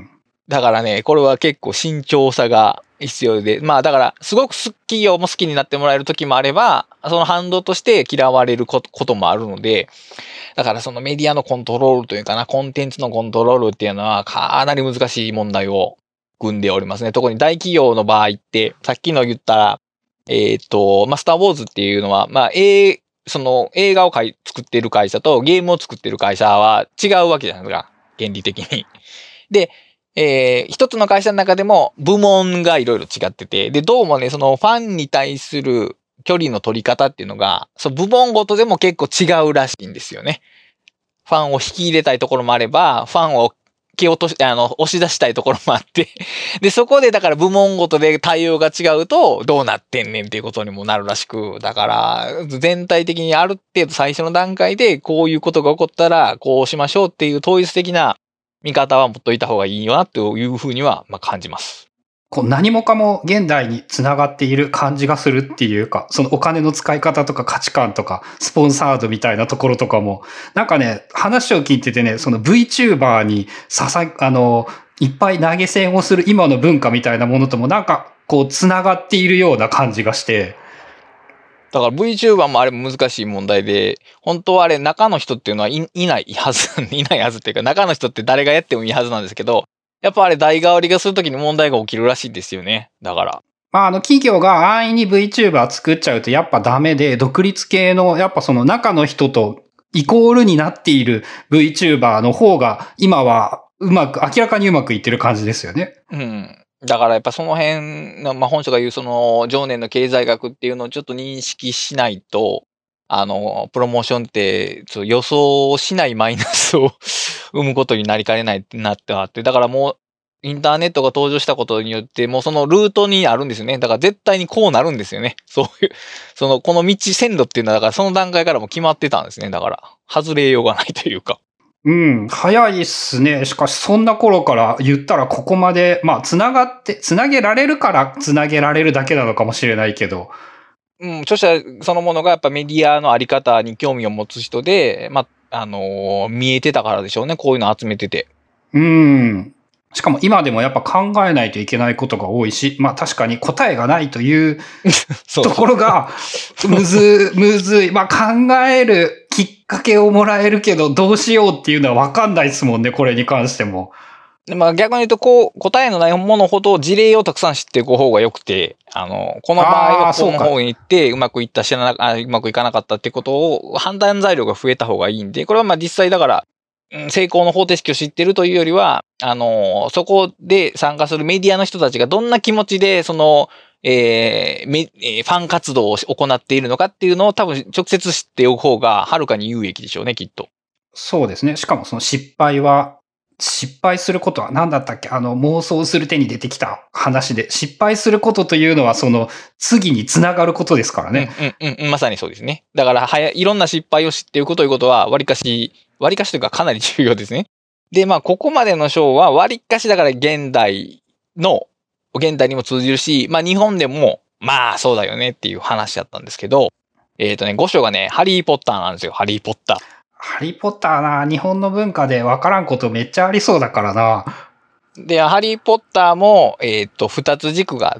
だからね、これは結構慎重さが必要で、まあだから、すごく企業も好きになってもらえる時もあれば、その反動として嫌われることもあるので、だからそのメディアのコントロールというかな、コンテンツのコントロールっていうのはかなり難しい問題を組んでおりますね。特に大企業の場合って、さっきの言ったら、えっと、まあ、スターウォーズっていうのは、まあ、えその映画をかい作っている会社とゲームを作っている会社は違うわけじゃないですか。原理的に。で、えー、一つの会社の中でも部門がいろいろ違ってて、で、どうもね、そのファンに対する距離の取り方っていうのが、その部門ごとでも結構違うらしいんですよね。ファンを引き入れたいところもあれば、ファンを蹴落とし、あの、押し出したいところもあって、で、そこでだから部門ごとで対応が違うと、どうなってんねんっていうことにもなるらしく、だから、全体的にある程度最初の段階で、こういうことが起こったら、こうしましょうっていう統一的な見方は持っといた方がいいよなというふうには、まあ、感じます。 こう何もかも現代につながっている感じがするっていうか、そのお金の使い方とか価値観とか、スポンサードみたいなところとかも、なんかね、話を聞いててね、その VTuber にささ、あの、いっぱい投げ銭をする今の文化みたいなものともなんかこうつながっているような感じがして。 だから VTuber もあれも難しい問題で、本当はあれ中の人っていうのはい、いないはず、いないはずっていうか中の人って誰がやってもいいはずなんですけど、やっぱあれ代替わりがするときに問題が起きるらしいんですよね。だから。 まあ、あの、企業が安易に VTuber 作っちゃうとやっぱダメで、独立系の、やっぱその中の人とイコールになっている VTuber の方が、今はうまく、明らかにうまくいってる感じですよね。 うん。だからやっぱその辺の、まあ、本書が言うその、情念の経済学っていうのをちょっと認識しないと、あの、プロモーションって、予想しないマイナスを生むことになりかねないってなってあって、だからもう、インターネットが登場したことによって、もうそのルートにあるんですよね。だから絶対にこうなるんですよね。そういう、その、この道線路っていうのは、だからその段階からも決まってたんですね。だから、外れようがないというか。 うん、早いっすね。しかし、そんな頃から言ったらここまで、まあ、つながって、つなげられるからつなげられるだけなのかもしれないけど。 うん、著者そのものがやっぱメディアのあり方に興味を持つ人で、まあ、あのー、見えてたからでしょうね。こういうの集めてて。 うん。しかも今でもやっぱ考えないといけないことが多いし、まあ確かに答えがないというところが、むず、むずい。まあ考える、 きっかけをもらえるけど、どうしようっていうのはわかんないですもんね、これに関しても。 まあ逆に言うと、こう、答えのないものほど事例をたくさん知っていく方が良くて、あの、この場合はこの方に行って、うまくいった、知らなあ、うまくいかなかったってことを、判断材料が増えた方がいいんで、これはまあ実際だから、成功の方程式を知ってるというよりは、あの、そこで参加するメディアの人たちがどんな気持ちで、その、えーめえー、ファン活動を行っているのかっていうのを多分直接知っておく方がはるかに有益でしょうね、きっと。 そうですね。しかもその失敗は、失敗することは何だったっけあの、妄想する手に出てきた話で、失敗することというのはその、次につながることですからね。 うんうんうん、まさにそうですね。だから、はや、いろんな失敗を知っておくということは、割かし、割かしというかかなり重要ですね。で、まあ、ここまでの章は、割かしだから現代の、現代にも通じるし、まあ、日本でも、まあ、そうだよねっていう話だったんですけど、えっとね、ご章がね、ハリーポッターなんですよ、ハリーポッター。 ハリーポッターな、日本の文化でわからんことめっちゃありそうだからな。 で、ハリーポッターも、えっと、二つ軸があって、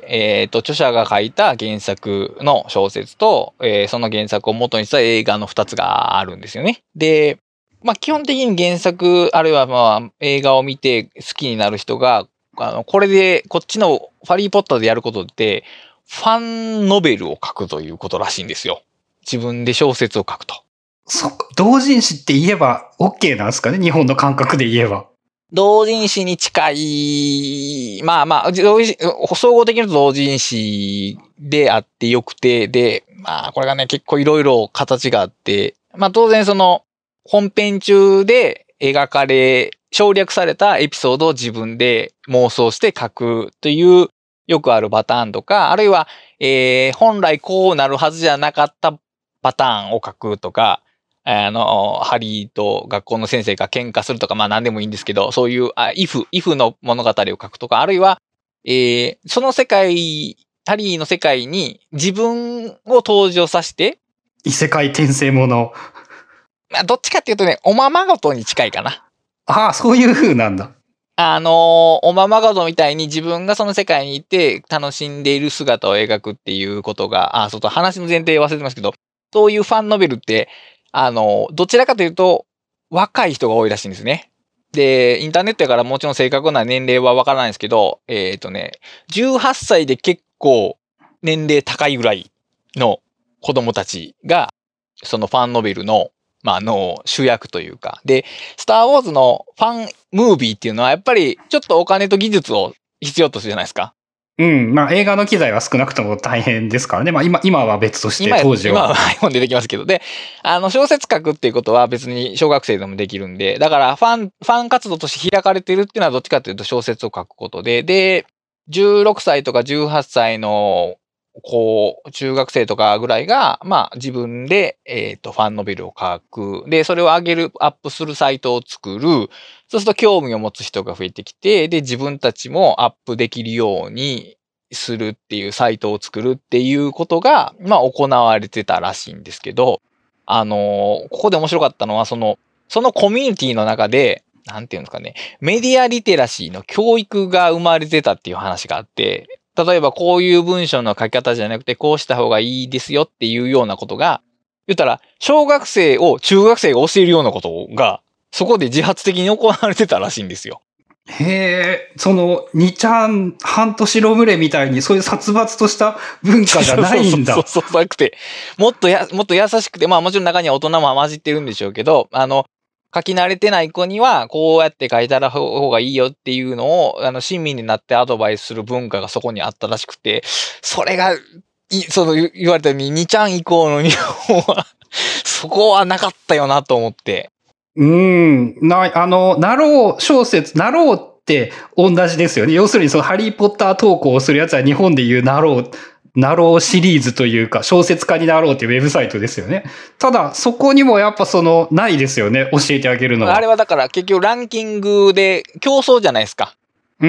えっと、著者が書いた原作の小説と、えーその原作を元にした映画の二つがあるんですよね。で、まあ、基本的に原作、あるいはまあ、映画を見て好きになる人が、あの、これで、こっちのハリーポッターでやることって、ファンノベルを書くということらしいんですよ。自分で小説を書くと。 そっか、同人誌って言えば OK なんですかね日本の感覚で言えば。 同人誌に近い、まあまあ、同人総合的に言うと同人誌であってよくて、で、まあこれがね、結構いろいろ形があって、まあ当然その本編中で描かれ、省略されたエピソードを自分で妄想して書くというよくあるパターンとか、あるいは、えー、本来こうなるはずじゃなかったパターンを書くとか、あの、ハリーと学校の先生が喧嘩するとか、まあ何でもいいんですけど、そういう、あ、イフ、イフの物語を書くとか、あるいは、えー、その世界、ハリーの世界に自分を登場させて、 異世界転生もの。 まあどっちかっていうとね、おままごとに近いかな。 ああ、そういう風なんだ。 あのーおままごとみたいに自分がその世界にいて楽しんでいる姿を描くっていうことが、あ、そうと話の前提忘れてますけど、そういうファンノベルって、あの、どちらかというと、若い人が多いらしいんですね。で、インターネットやからもちろん正確な年齢はわからないんですけど、えっとね、じゅうはっさいで結構年齢高いぐらいの子供たちが、そのファンノベルの、まあ、あの、主役というか。で、スターウォーズのファンムービーっていうのはやっぱりちょっとお金と技術を必要とするじゃないですか。 うん。まあ映画の機材は少なくとも大変ですからね。まあ今、今は別として今、 当時は。 今は iPhone でできますけど。で、あの、小説書くっていうことは別に小学生でもできるんで、だからファン、ファン活動として開かれてるっていうのはどっちかというと小説を書くことで、で、じゅうろくさいとかじゅうはっさいの、こう、中学生とかぐらいが、まあ自分で、えっと、ファンノベルを書く。で、それを上げる、アップするサイトを作る。そうすると興味を持つ人が増えてきて、で、自分たちもアップできるように、するっていうサイトを作るっていうことが、まあ行われてたらしいんですけど、あのーここで面白かったのは、その、そのコミュニティの中で、なんていうんですかね、メディアリテラシーの教育が生まれてたっていう話があって、例えばこういう文章の書き方じゃなくて、こうした方がいいですよっていうようなことが、言ったら、小学生を中学生が教えるようなことが、そこで自発的に行われてたらしいんですよ。 へえ、その、にちゃん、半年ロムレみたいに、そういう殺伐とした文化じゃないんだ。 そうそうそうそう、なくて、もっとや、もっと優しくて、まあもちろん中には大人も混じってるんでしょうけど、あの、書き慣れてない子には、こうやって書いたら方がいいよっていうのを、あの、親身になってアドバイスする文化がそこにあったらしくて、それが、い、その言われたように、にちゃん以降の日本は、そこはなかったよなと思って。 うーん。な、あの、ナロー小説、ナローって同じですよね。要するにそのハリーポッター投稿をするやつは日本でいうナロー、ナローシリーズというか小説家になろうっていうウェブサイトですよね。ただ、そこにもやっぱその、ないですよね。教えてあげるのは。 あれはだから結局ランキングで競争じゃないですか。 うん。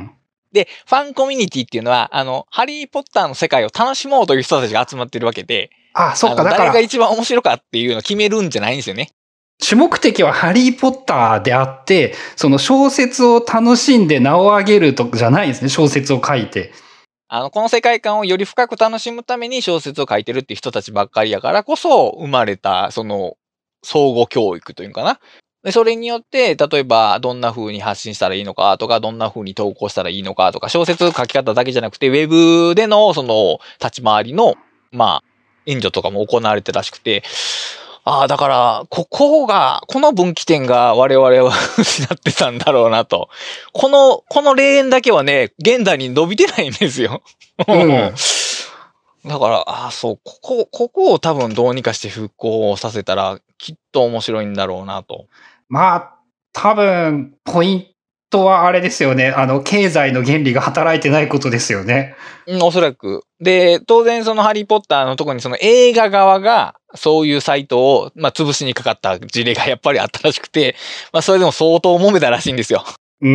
で、ファンコミュニティっていうのは、あの、ハリーポッターの世界を楽しもうという人たちが集まってるわけで、 あ、そっか、 あのだから。 誰が一番面白かっていうのを決めるんじゃないんですよね。 主目的はハリーポッターであって、その小説を楽しんで名を上げるとかじゃないんですね。小説を書いて。 あの、この世界観をより深く楽しむために小説を書いてるっていう人たちばっかりやからこそ生まれた、その、相互教育というかな。で、それによって、例えば、どんな風に発信したらいいのかとか、どんな風に投稿したらいいのかとか、小説書き方だけじゃなくて、ウェブでの、その、立ち回りの、まあ、援助とかも行われてるらしくて、ああ、だから、ここが、この分岐点が我々は失ってたんだろうなと。この、この霊園だけはね、現代に伸びてないんですよ。うん、だから、ああ、そう、ここ、ここを多分どうにかして復興させたら、きっと面白いんだろうなと。 まあ、多分、ポイントはあれですよね。あの、経済の原理が働いてないことですよね。 うん、おそらく。で、当然そのハリーポッターのところにその映画側が、そういうサイトを、まあ、潰しにかかった事例がやっぱりあったらしくて、まあ、それでも相当揉めたらしいんですよ。 うん。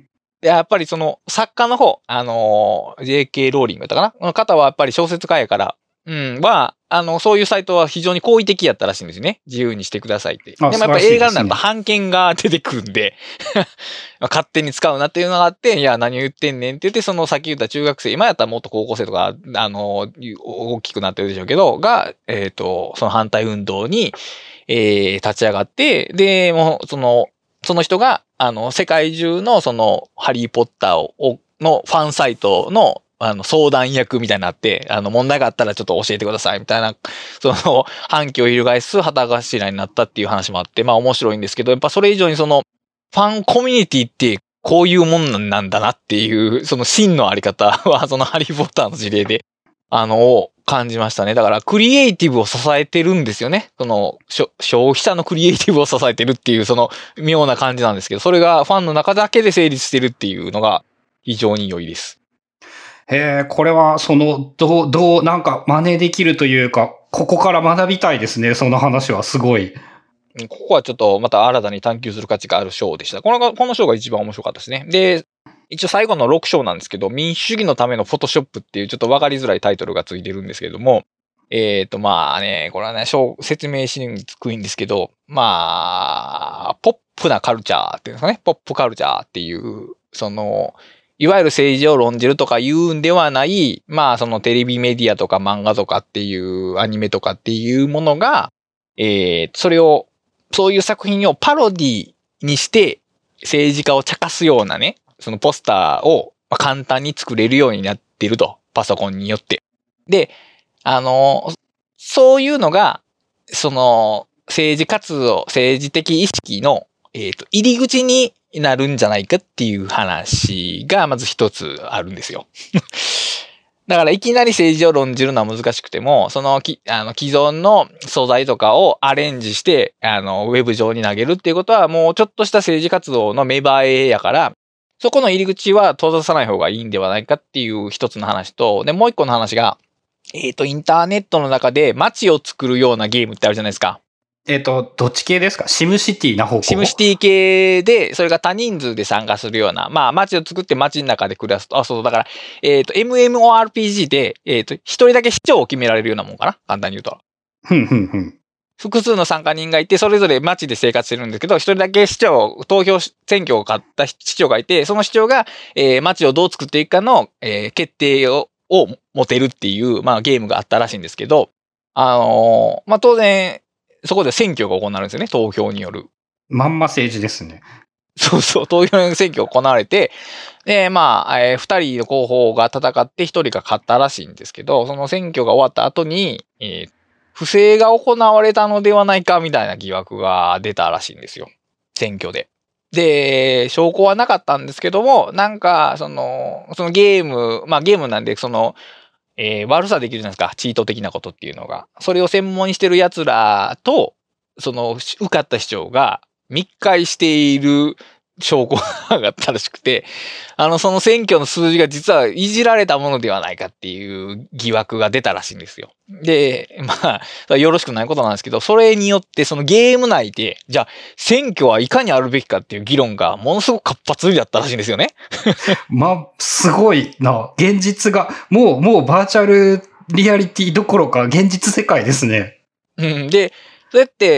で、やっぱりその作家の方、あのー、ジェーケー ローリングだったかなこの方はやっぱり小説家やから、うん、は、あの、そういうサイトは非常に好意的やったらしいんですね。自由にしてくださいって。でもやっぱ映画になると版権が出てくるんで、勝手に使うなっていうのがあって、いや、何言ってんねんって言って、そのさっき言った中学生、今やったらもっと高校生とか、あの、大きくなってるでしょうけど、が、えっと、その反対運動に、えー、立ち上がって、で、もう、その、その人が、あの、世界中のその、ハリーポッターを、のファンサイトの、あの、相談役みたいになって、あの、問題があったらちょっと教えてください、みたいな、その、反響を翻す旗頭になったっていう話もあって、まあ面白いんですけど、やっぱそれ以上にその、ファンコミュニティってこういうもんなんだなっていう、その真のあり方は、そのハリーポッターの事例で、あの、を感じましたね。だから、クリエイティブを支えてるんですよね。その、消費者のクリエイティブを支えてるっていう、その、妙な感じなんですけど、それがファンの中だけで成立してるっていうのが、非常に良いです。 へえ、これは、その、どう、どう、なんか真似できるというか、ここから学びたいですね。その話はすごい。 ここはちょっとまた新たに探求する価値がある章でした。この、この章が一番面白かったですね。で、一応最後のろく章なんですけど、民主主義のためのフォトショップっていうちょっとわかりづらいタイトルがついてるんですけれども、えっと、まあね、これはね、説明しにくいんですけど、まあ、ポップなカルチャーっていうんですかね、ポップカルチャーっていう、その、いわゆる政治を論じるとか言うんではない、まあそのテレビメディアとか漫画とかっていうアニメとかっていうものが、えー、それを、そういう作品をパロディにして政治家を茶化すようなね、そのポスターを簡単に作れるようになっていると。パソコンによって。で、あの、そういうのが、その政治活動、政治的意識の、えーと、入り口になるんじゃないかっていう話がまず一つあるんですよ。だからいきなり政治を論じるのは難しくても、そのき、あの、既存の素材とかをアレンジして、あの、ウェブ上に投げるっていうことはもうちょっとした政治活動の芽生えやから、そこの入り口は閉ざさない方がいいんではないかっていう一つの話と、で、もう一個の話が、えっと、インターネットの中で街を作るようなゲームってあるじゃないですか。 えっと、どっち系ですか？シムシティな方向？ シムシティ系で、それが多人数で参加するような、まあ街を作って街の中で暮らすと、あ、そう、だから、えっと、エムエムオーアールピージー で、えっと、一人だけ市長を決められるようなもんかな？簡単に言うと。 ふんふんふん。 複数の参加人がいて、それぞれ街で生活してるんですけど、一人だけ市長、投票選挙を勝った市長がいて、その市長が、えー、街をどう作っていくかの、えー、決定を、を持てるっていう、まあゲームがあったらしいんですけど、あのー、まあ当然、そこで選挙が行われるんですよね、投票による。 まんま政治ですね。 そうそう、投票選挙が行われて、で、まあ、えー、二人の候補が戦って一人が勝ったらしいんですけど、その選挙が終わった後に、えー、不正が行われたのではないかみたいな疑惑が出たらしいんですよ。選挙で。で、証拠はなかったんですけども、なんか、その、そのゲーム、まあゲームなんで、その、えー、悪さできるじゃないですか。チート的なことっていうのが。それを専門にしてる奴らと、その、受かった市長が密会している証拠があったらしくて、あの、その選挙の数字が実はいじられたものではないかっていう疑惑が出たらしいんですよ。で、まあ、よろしくないことなんですけど、それによってそのゲーム内で、じゃあ選挙はいかにあるべきかっていう議論がものすごく活発だったらしいんですよね。 まあ、すごいな。現実が、もう、もうバーチャルリアリティどころか現実世界ですね。 うん。で、そうやって、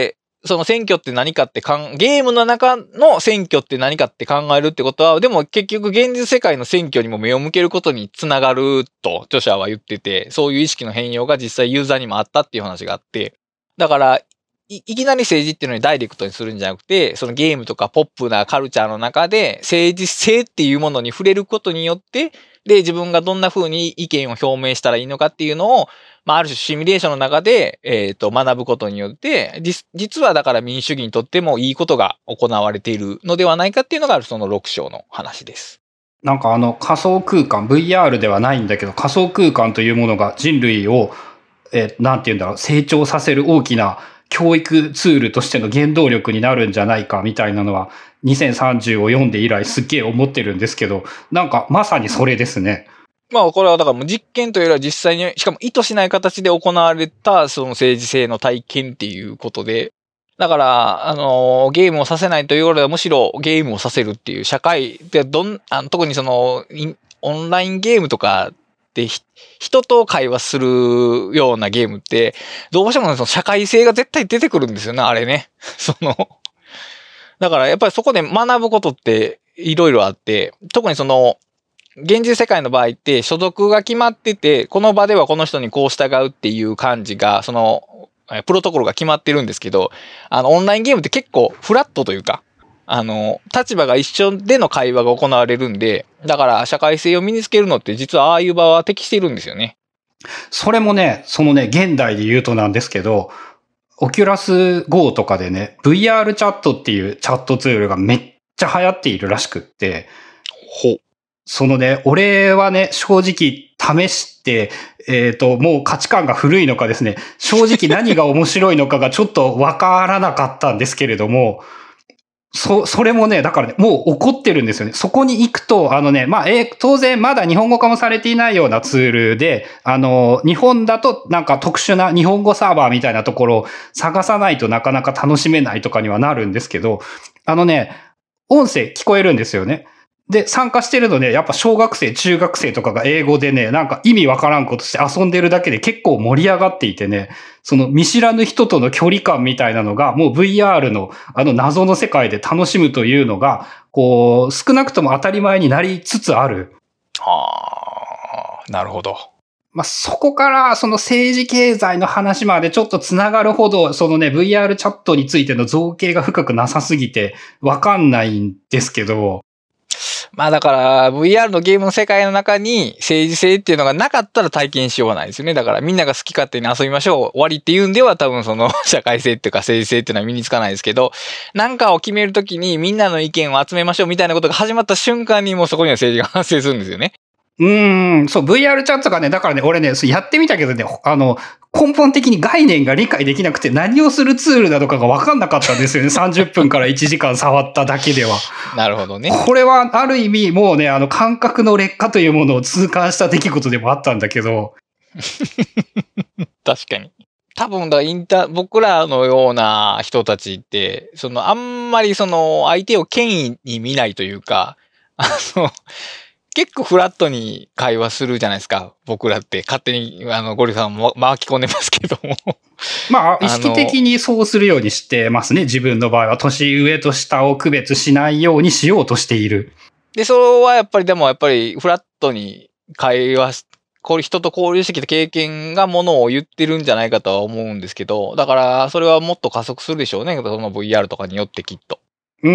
その選挙って何かってかん、ゲームの中の選挙って何かって考えるってことは、でも結局現実世界の選挙にも目を向けることにつながると著者は言ってて、そういう意識の変容が実際ユーザーにもあったっていう話があって、だから、い, いきなり政治っていうのにダイレクトにするんじゃなくて、そのゲームとかポップなカルチャーの中で政治性っていうものに触れることによって、で、自分がどんな風に意見を表明したらいいのかっていうのを、まあ、ある種シミュレーションの中で、えっと、学ぶことによって、実はだから民主主義にとってもいいことが行われているのではないかっていうのが、そのろく章の話です。 なんかあの仮想空間、ブイアール ではないんだけど、仮想空間というものが人類を、えー、なんて言うんだろう、成長させる大きな教育ツールとしての原動力になるんじゃないかみたいなのは、にせんさんじゅうを読んで以来すっげえ思ってるんですけど、なんかまさにそれですね。 まあこれはだからもう実験というよりは実際に、しかも意図しない形で行われたその政治性の体験っていうことで、だから、あの、ゲームをさせないというよりはむしろゲームをさせるっていう社会で、どん、あの特にその、オンラインゲームとかで人と会話するようなゲームって、どうしてもその社会性が絶対出てくるんですよね、あれね。その、だからやっぱりそこで学ぶことっていろいろあって、特にその、現実世界の場合って所属が決まってて、この場ではこの人にこう従うっていう感じが、その、プロトコルが決まってるんですけど、あの、オンラインゲームって結構フラットというか、あの、立場が一緒での会話が行われるんで、だから社会性を身につけるのって実はああいう場は適しているんですよね。 それもね、そのね、現代で言うとなんですけど、オキュラス ゴー とかでね、ブイアール チャットっていうチャットツールがめっちゃ流行っているらしくって、 ほう。 そのね、俺はね、正直試して、えっと、もう価値観が古いのかですね、正直何が面白いのかがちょっとわからなかったんですけれども、そ、それもね、だからね、もう起こってるんですよね。そこに行くと、あのね、まあ、えー、当然まだ日本語化もされていないようなツールで、あの、日本だとなんか特殊な日本語サーバーみたいなところを探さないとなかなか楽しめないとかにはなるんですけど、あのね、音声聞こえるんですよね。で、参加してるのね、やっぱ小学生、中学生とかが英語でね、なんか意味わからんことして遊んでるだけで結構盛り上がっていてね、その見知らぬ人との距離感みたいなのが、もう ブイアール のあの謎の世界で楽しむというのが、こう、少なくとも当たり前になりつつある。 はあ、なるほど。 まあ、そこから、その政治経済の話までちょっとつながるほど、そのね、ブイアール チャットについての造形が深くなさすぎて、わかんないんですけど、 まあだから ブイアール のゲームの世界の中に政治性っていうのがなかったら体験しようがないですよね。だからみんなが好き勝手に遊びましょう終わりっていうんでは多分その社会性っていうか政治性っていうのは身につかないですけど、なんかを決めるときにみんなの意見を集めましょうみたいなことが始まった瞬間にもうそこには政治が発生するんですよね。 うーん、そう、ブイアール チャットがね、だからね、俺ね、やってみたけどね、あの、根本的に概念が理解できなくて何をするツールなのかが分かんなかったんですよね。さんじゅっぷんからいちじかん触っただけでは。 なるほどね。 これはある意味もうね、あの感覚の劣化というものを痛感した出来事でもあったんだけど。 確かに。多分だ、インター、僕らのような人たちって、その、あんまりその、相手を権威に見ないというか、あの、結構フラットに会話するじゃないですか。僕らって勝手に、あの、ゴリさんも巻き込んでますけども。 まあ、意識的にそうするようにしてますね。自分の場合は。年上と下を区別しないようにしようとしている。 で、それはやっぱりでもやっぱりフラットに会話し、これ人と交流してきた経験がものを言ってるんじゃないかとは思うんですけど、だからそれはもっと加速するでしょうね。その ブイアール とかによってきっと。 うん、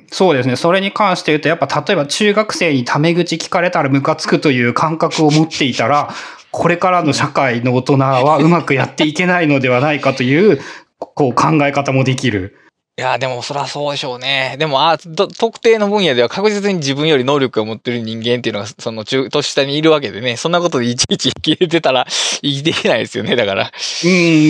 そうですね。それに関して言うと、やっぱ例えば中学生にタメ口聞かれたらムカつくという感覚を持っていたら、これからの社会の大人はうまくやっていけないのではないかという、こう考え方もできる。 いや、でもそりゃそうでしょうね。でも、あ、特定の分野では確実に自分より能力を持ってる人間っていうのが、その中、年下にいるわけでね、そんなことでいちいち切れてたら生きていけないですよね、だから。 うん、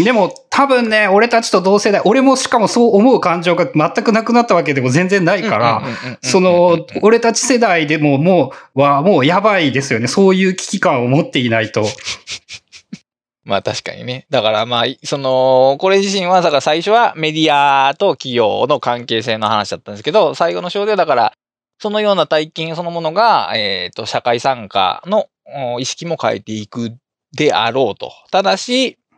でも多分ね、俺たちと同世代、俺もしかもそう思う感情が全くなくなったわけでも全然ないから、その、俺たち世代でももう、はもうやばいですよね。そういう危機感を持っていないと。 まあ確かにね。だからまあ、その、これ自身は、だから最初はメディアと企業の関係性の話だったんですけど、最後の章ではだから、そのような体験そのものが、えっと、社会参加の意識も変えていくであろうと。ただし、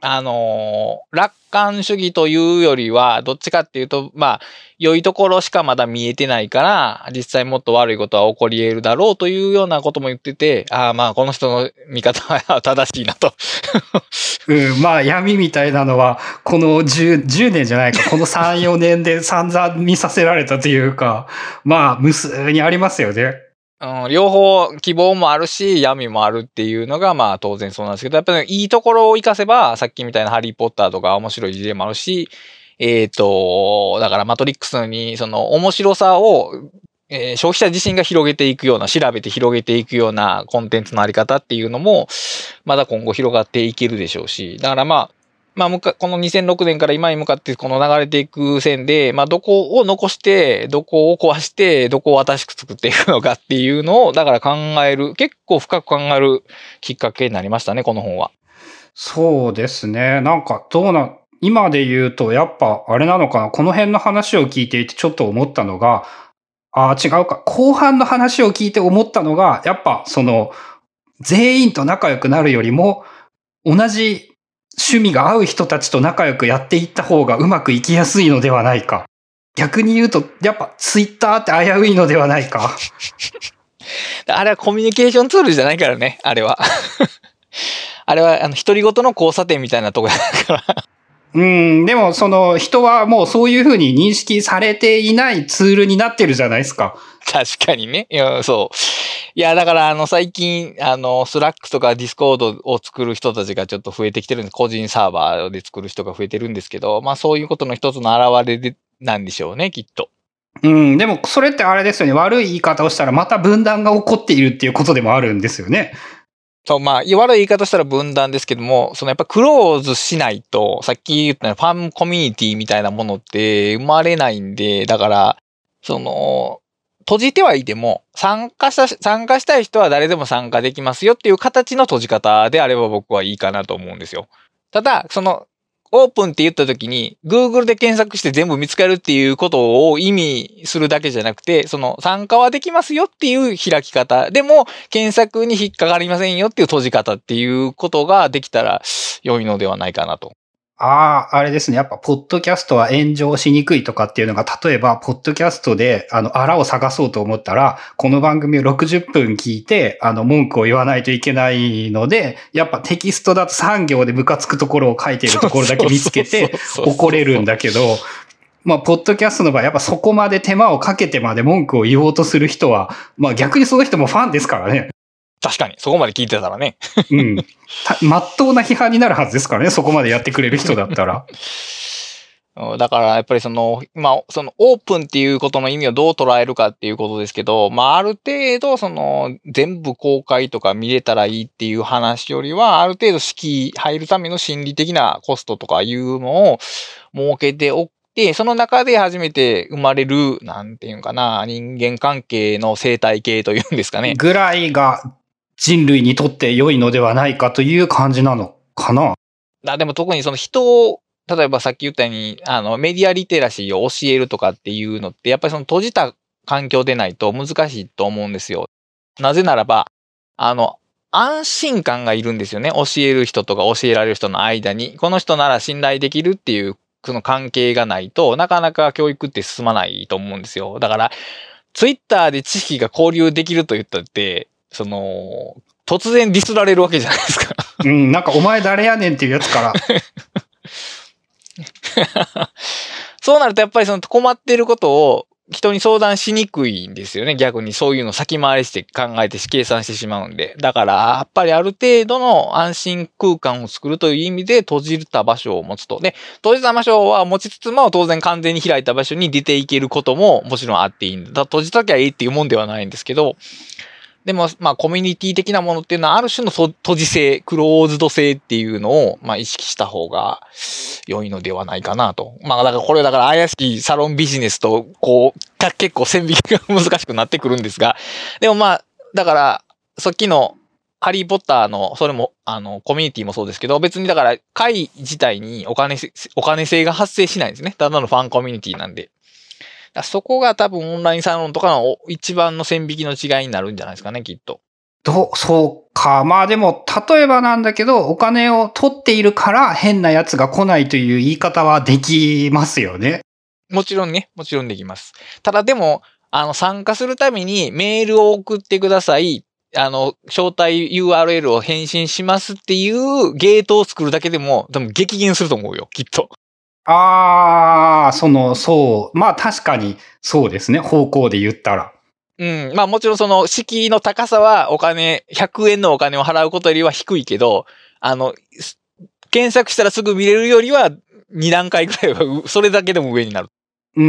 あのー、楽観主義というよりは、どっちかっていうと、まあ、良いところしかまだ見えてないから、実際もっと悪いことは起こり得るだろうというようなことも言ってて、ああ、まあ、この人の見方は正しいなと。 うん、まあ闇みたいなのは、このじゅう、じゅうねんじゃないか、このさん、よねんで散々見させられたというか、まあ無数にありますよね。 うん、両方希望もあるし、闇もあるっていうのが、まあ当然そうなんですけど、やっぱりいいところを活かせば、さっきみたいなハリーポッターとか面白い事例もあるし、えっと、だからマトリックスにその面白さを、えー消費者自身が広げていくような、調べて広げていくようなコンテンツのあり方っていうのも、まだ今後広がっていけるでしょうし、だからまあ、まあ、むかこのにせんろくねんから今に向かってこの流れていく線で、まあ、どこを残して、どこを壊して、どこを新しく作っていくのかっていうのを、だから考える、結構深く考えるきっかけになりましたね、この本は。 そうですね。なんかどうな、今で言うとやっぱあれなのかな、この辺の話を聞いていてちょっと思ったのが、ああ、違うか。後半の話を聞いて思ったのが、やっぱその、全員と仲良くなるよりも、同じ趣味が合う人たちと仲良くやっていった方がうまくいきやすいのではないか。逆に言うと、やっぱツイッターって危ういのではないか。 あれはコミュニケーションツールじゃないからね、あれは。あれは、あの、独り言の交差点みたいなとこだから。 うん、でもその人はもうそういうふうに認識されていないツールになってるじゃないですか。 確かにね。いや、そう。いや、だから、あの、最近、あの、スラックとかディスコードを作る人たちがちょっと増えてきてるんです。個人サーバーで作る人が増えてるんですけど、まあ、そういうことの一つの表れで、なんでしょうね、きっと。 うん、でもそれってあれですよね。悪い言い方をしたらまた分断が起こっているっていうことでもあるんですよね。 そう、まあ、悪い言い方したら分断ですけども、そのやっぱクローズしないと、さっき言ったようなファンコミュニティみたいなものって生まれないんで、だから、その、閉じてはいても、参加した、参加したい人は誰でも参加できますよっていう形の閉じ方であれば僕はいいかなと思うんですよ。ただ、その、オープンって言った時に、Google で検索して全部見つかるっていうことを意味するだけじゃなくて、その参加はできますよっていう開き方。でも、検索に引っかかりませんよっていう閉じ方っていうことができたら良いのではないかなと。 ああ、あれですね。やっぱ、ポッドキャストは炎上しにくいとかっていうのが、例えば、ポッドキャストで、あの、あらを探そうと思ったら、この番組をろくじゅっぷん聞いて、あの、文句を言わないといけないので、やっぱテキストだとさん行でムカつくところを書いているところだけ見つけて、怒れるんだけど、まあ、ポッドキャストの場合、やっぱそこまで手間をかけてまで文句を言おうとする人は、まあ逆にその人もファンですからね。 確かに、そこまで聞いてたらね。 うん。まっとうな批判になるはずですからね、そこまでやってくれる人だったら。 だから、やっぱりその、まあ、そのオープンっていうことの意味をどう捉えるかっていうことですけど、まあ、ある程度、その、全部公開とか見れたらいいっていう話よりは、ある程度敷居入るための心理的なコストとかいうのを設けておく。で、その中で初めて生まれる、なんていうかな、人間関係の生態系というんですかね。 ぐらいが人類にとって良いのではないかという感じなのかな。 あ、でも特にその人を、例えばさっき言ったように、あの、メディアリテラシーを教えるとかっていうのって、やっぱりその閉じた環境でないと難しいと思うんですよ。なぜならば、あの、安心感がいるんですよね。教える人とか教えられる人の間に。この人なら信頼できるっていうその関係がないとなかなか教育って進まないと思うんですよ。だから、ツイッターで知識が交流できると言ったって、その、突然ディスられるわけじゃないですか。 うん、なんかお前誰やねんっていうやつから。 そうなるとやっぱりその困っていることを人に相談しにくいんですよね。逆にそういうの先回りして考えて計算してしまうんで。だから、やっぱりある程度の安心空間を作るという意味で閉じた場所を持つと。で、閉じた場所は持ちつつも当然完全に開いた場所に出ていけることももちろんあっていいんだ。だ閉じときゃいいっていうもんではないんですけど、でも、まあ、コミュニティ的なものっていうのは、ある種の閉じ性、クローズド性っていうのを、まあ、意識した方が良いのではないかなと。まあ、だからこれだから怪しいサロンビジネスと、こう、か結構線引きが難しくなってくるんですが、でもまあ、だから、さっきの、ハリーポッターの、それも、あの、コミュニティもそうですけど、別にだから、会自体にお金、お金性が発生しないんですね。ただのファンコミュニティなんで。そこが多分オンラインサロンとかの一番の線引きの違いになるんじゃないですかね、きっと。 どう、そうか。まあでも、例えばなんだけど、お金を取っているから変な奴が来ないという言い方はできますよね。 もちろんね、もちろんできます。ただでも、あの、参加するためにメールを送ってください。あの、招待 ユーアールエル を返信しますっていうゲートを作るだけでも、多分激減すると思うよ、きっと。 ああ、その、そう。まあ確かにそうですね。方向で言ったら。 うん。まあもちろんその敷居の高さはお金、ひゃくえんのお金を払うことよりは低いけど、あの、検索したらすぐ見れるよりはに段階ぐらいは、それだけでも上になる。 うん。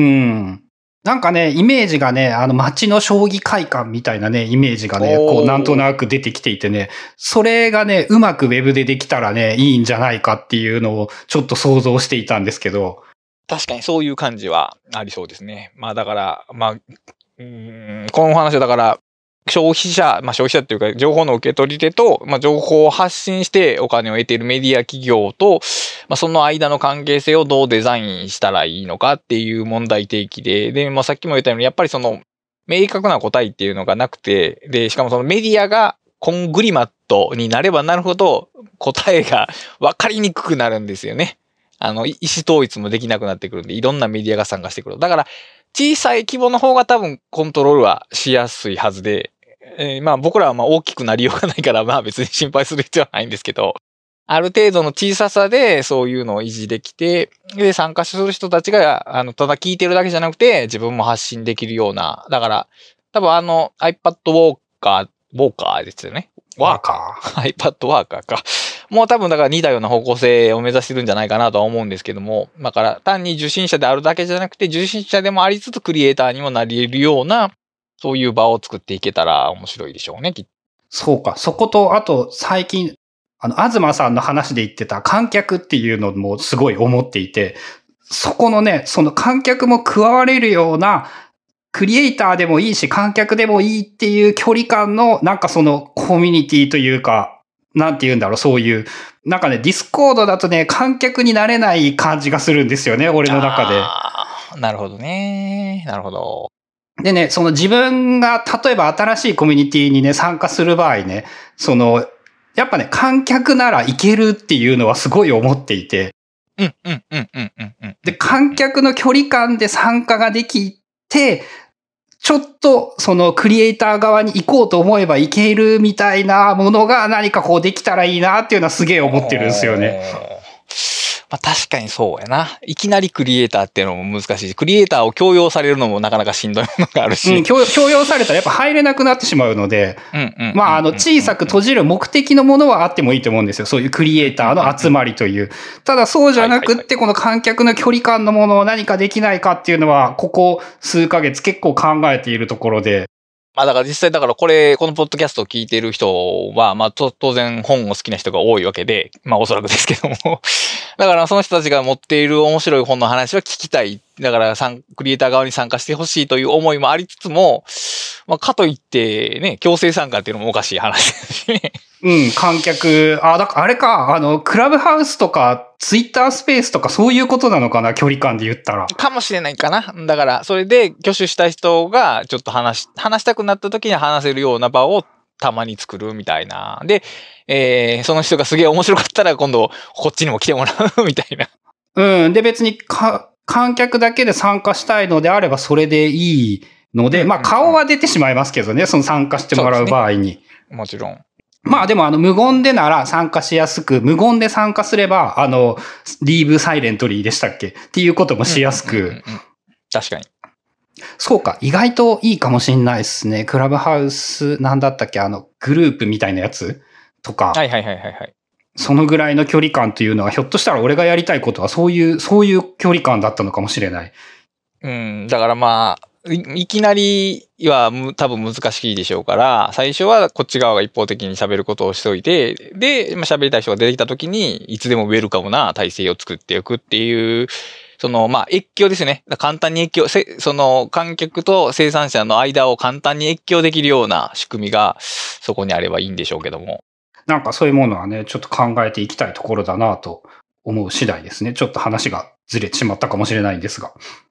なんかね、イメージがね、あの街の将棋会館みたいなね、イメージがね、こうなんとなく出てきていてね、それがね、うまくウェブでできたらね、いいんじゃないかっていうのをちょっと想像していたんですけど。 確かにそういう感じはありそうですね。まあだから、まあ、うーんこのお話はだから、消費者、まあ消費者っていうか、情報の受け取り手と、まあ情報を発信してお金を得ているメディア企業と、まあその間の関係性をどうデザインしたらいいのかっていう問題提起で、で、まあさっきも言ったように、やっぱりその、明確な答えっていうのがなくて、で、しかもそのメディアがコングリマットになればなるほど、答えが分かりにくくなるんですよね。あの、意思統一もできなくなってくるんで、いろんなメディアが参加してくる。だから、小さい規模の方が多分コントロールはしやすいはずで、えー、まあ僕らはまあ大きくなりようがないからまあ別に心配する必要はないんですけど、ある程度の小ささでそういうのを維持できて、で参加する人たちが、あの、ただ聞いてるだけじゃなくて自分も発信できるような、だから多分あの iPad Walker、ウォーカーですよね。ワーカー ?iPad ワーカーか。もう多分だから似たような方向性を目指してるんじゃないかなとは思うんですけども、だから単に受信者であるだけじゃなくて、受信者でもありつつクリエイターにもなり得るような、そういう場を作っていけたら面白いでしょうね、きっと。 そうか。そこと、あと最近、あの、東さんの話で言ってた観客っていうのもすごい思っていて、そこのね、その観客も加われるような、クリエイターでもいいし、観客でもいいっていう距離感の、なんかそのコミュニティというか、なんて言うんだろう、そういう。なんかね、ディスコードだとね、観客になれない感じがするんですよね、俺の中で。 ああ、なるほどね。なるほど。 でね、その自分が、例えば新しいコミュニティにね、参加する場合ね、その、やっぱね、観客ならいけるっていうのはすごい思っていて。 うん、うん、うん、うん、うん、うん。 で、観客の距離感で参加ができて、ちょっと、そのクリエイター側に行こうと思えばいけるみたいなものが何かこうできたらいいなっていうのはすげえ思ってるんですよね。 まあ確かにそうやな。いきなりクリエイターっていうのも難しいし、クリエイターを強要されるのもなかなかしんどいものがあるし。 うん、強、強要されたらやっぱ入れなくなってしまうので、まああの小さく閉じる目的のものはあってもいいと思うんですよ。そういうクリエイターの集まりという。ただそうじゃなくって、この観客の距離感のものを何かできないかっていうのは、ここ数ヶ月結構考えているところで。 まあだから実際だからこれ、このポッドキャストを聞いている人は、まあ当然本を好きな人が多いわけで、まあおそらくですけども。だからその人たちが持っている面白い本の話は聞きたい。だからクリエイター側に参加してほしいという思いもありつつも、まあかといってね、強制参加っていうのもおかしい話ですしね。 うん、観客、あ、だからあれか、あの、クラブハウスとか、ツイッタースペースとかそういうことなのかな、距離感で言ったら。 かもしれないかな。だから、それで挙手した人がちょっと話し、話したくなった時に話せるような場をたまに作るみたいな。で、えー、その人がすげえ面白かったら今度こっちにも来てもらうみたいな。 うん。で、別にか、観客だけで参加したいのであればそれでいいので、まあ顔は出てしまいますけどね、その参加してもらう場合に。 ね、もちろん。 まあでもあの無言でなら参加しやすく、無言で参加すれば、あの、リーブサイレントリーでしたっけっていうこともしやすく。 確かに。 そうか、意外といいかもしんないですね。クラブハウス、なんだったっけ、あの、グループみたいなやつとか。 はいはいはいはいはい。 そのぐらいの距離感というのは、ひょっとしたら俺がやりたいことはそういう、そういう距離感だったのかもしれない。 うん、だからまあ、い, いきなりは多分難しいでしょうから、最初はこっち側が一方的に喋ることをしておいて、で、まあ、喋りたい人が出てきた時に、いつでもウェルカムな体制を作っていくっていう、その、まあ、越境ですね。簡単に越境、その観客と生産者の間を簡単に越境できるような仕組みがそこにあればいいんでしょうけども。 なんかそういうものはね、ちょっと考えていきたいところだなと思う次第ですね。ちょっと話がずれてしまったかもしれないんですが。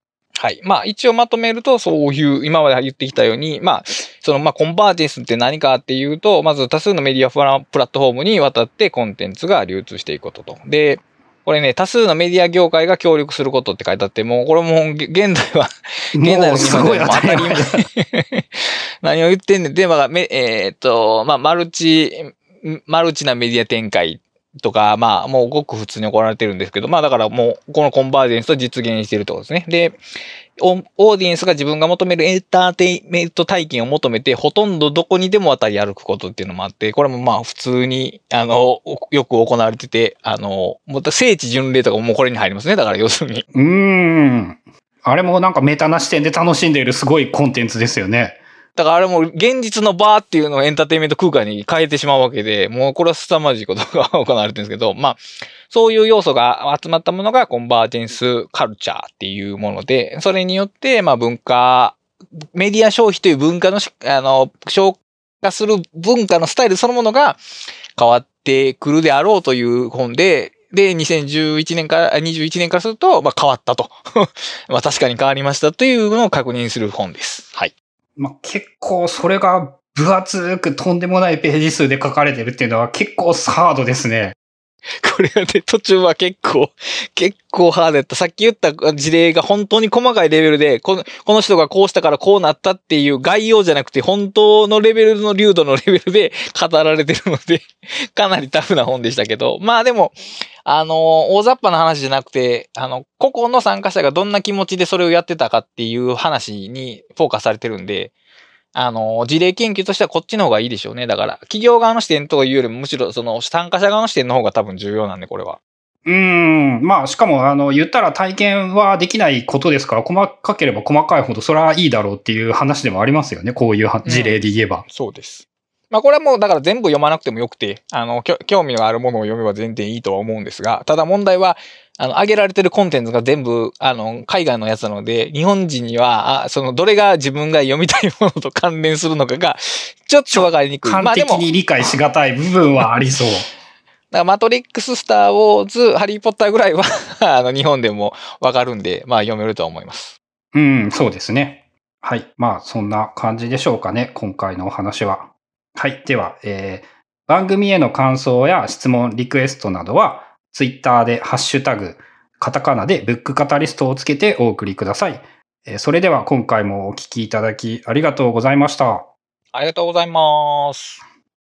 はい。まあ一応まとめるとそういう今まで言ってきたように、まあそのまあコンバージェンスって何かっていうと、まず多数のメディアプラットフォームにわたってコンテンツが流通していくことと。で、これね、多数のメディア業界が協力することって書いてあって、もうこれも現代は、現代の日本でも当たり前。何を言ってんねん。で、まあ、えー、っと、まあマルチ、マルチなメディア展開とか、まあ、もうごく普通に行われてるんですけど、まあだからもう、このコンバージェンスと実現しているってことですね。で、オーディエンスが自分が求めるエンターテイメント体験を求めて、ほとんどどこにでも渡り歩くことっていうのもあって、これもまあ普通に、あの、よく行われてて、あの、また聖地巡礼とかももうこれに入りますね。だから要するに。 うーん。あれもなんかメタな視点で楽しんでいるすごいコンテンツですよね。 だからあれも現実のバーっていうのをエンターテインメント空間に変えてしまうわけで、もうこれは凄まじいことが行われてるんですけど、まあ、そういう要素が集まったものがコンバージェンスカルチャーっていうもので、それによって、まあ文化、メディア消費という文化の、あの、消化する文化のスタイルそのものが変わってくるであろうという本で、で、にせんじゅういちねんから、にじゅういちねんからすると、まあ変わったと。まあ確かに変わりましたというのを確認する本です。はい。 まあ、結構それが分厚くとんでもないページ数で書かれてるっていうのは結構ハードですね。 これはね、途中は結構、結構ハードやった。さっき言った事例が本当に細かいレベルで、この、この人がこうしたからこうなったっていう概要じゃなくて、本当のレベルの流度のレベルで語られてるので、かなりタフな本でしたけど、まあでも、あの、大雑把な話じゃなくて、あの、個々の参加者がどんな気持ちでそれをやってたかっていう話にフォーカスされてるんで、あの、事例研究としてはこっちの方がいいでしょうね。だから、企業側の視点というよりも、むしろその参加者側の視点の方が多分重要なんで、これは。 うーん。まあ、しかも、あの、言ったら体験はできないことですから、細かければ細かいほど、それはいいだろうっていう話でもありますよね。こういう事例で言えば。うん、 そうです。まあ、これはもう、だから全部読まなくてもよくて、あの、興味のあるものを読めば全然いいとは思うんですが、ただ問題は、あの、上げられてるコンテンツが全部、あの、海外のやつなので、日本人には、あその、どれが自分が読みたいものと関連するのかが、ちょっとわかりにくい。 完璧に理解しがたい部分はありそう。だからマトリックス、スター・ウォーズ、ハリー・ポッターぐらいはあの、日本でもわかるんで、まあ読めると思います。 うん、そうですね。はい。まあ、そんな感じでしょうかね。今回のお話は。はい。では、えー、番組への感想や質問、リクエストなどは、ツイッターでハッシュタグ、カタカナでブックカタリストをつけてお送りください。それでは今回もお聞きいただきありがとうございました。 ありがとうございます。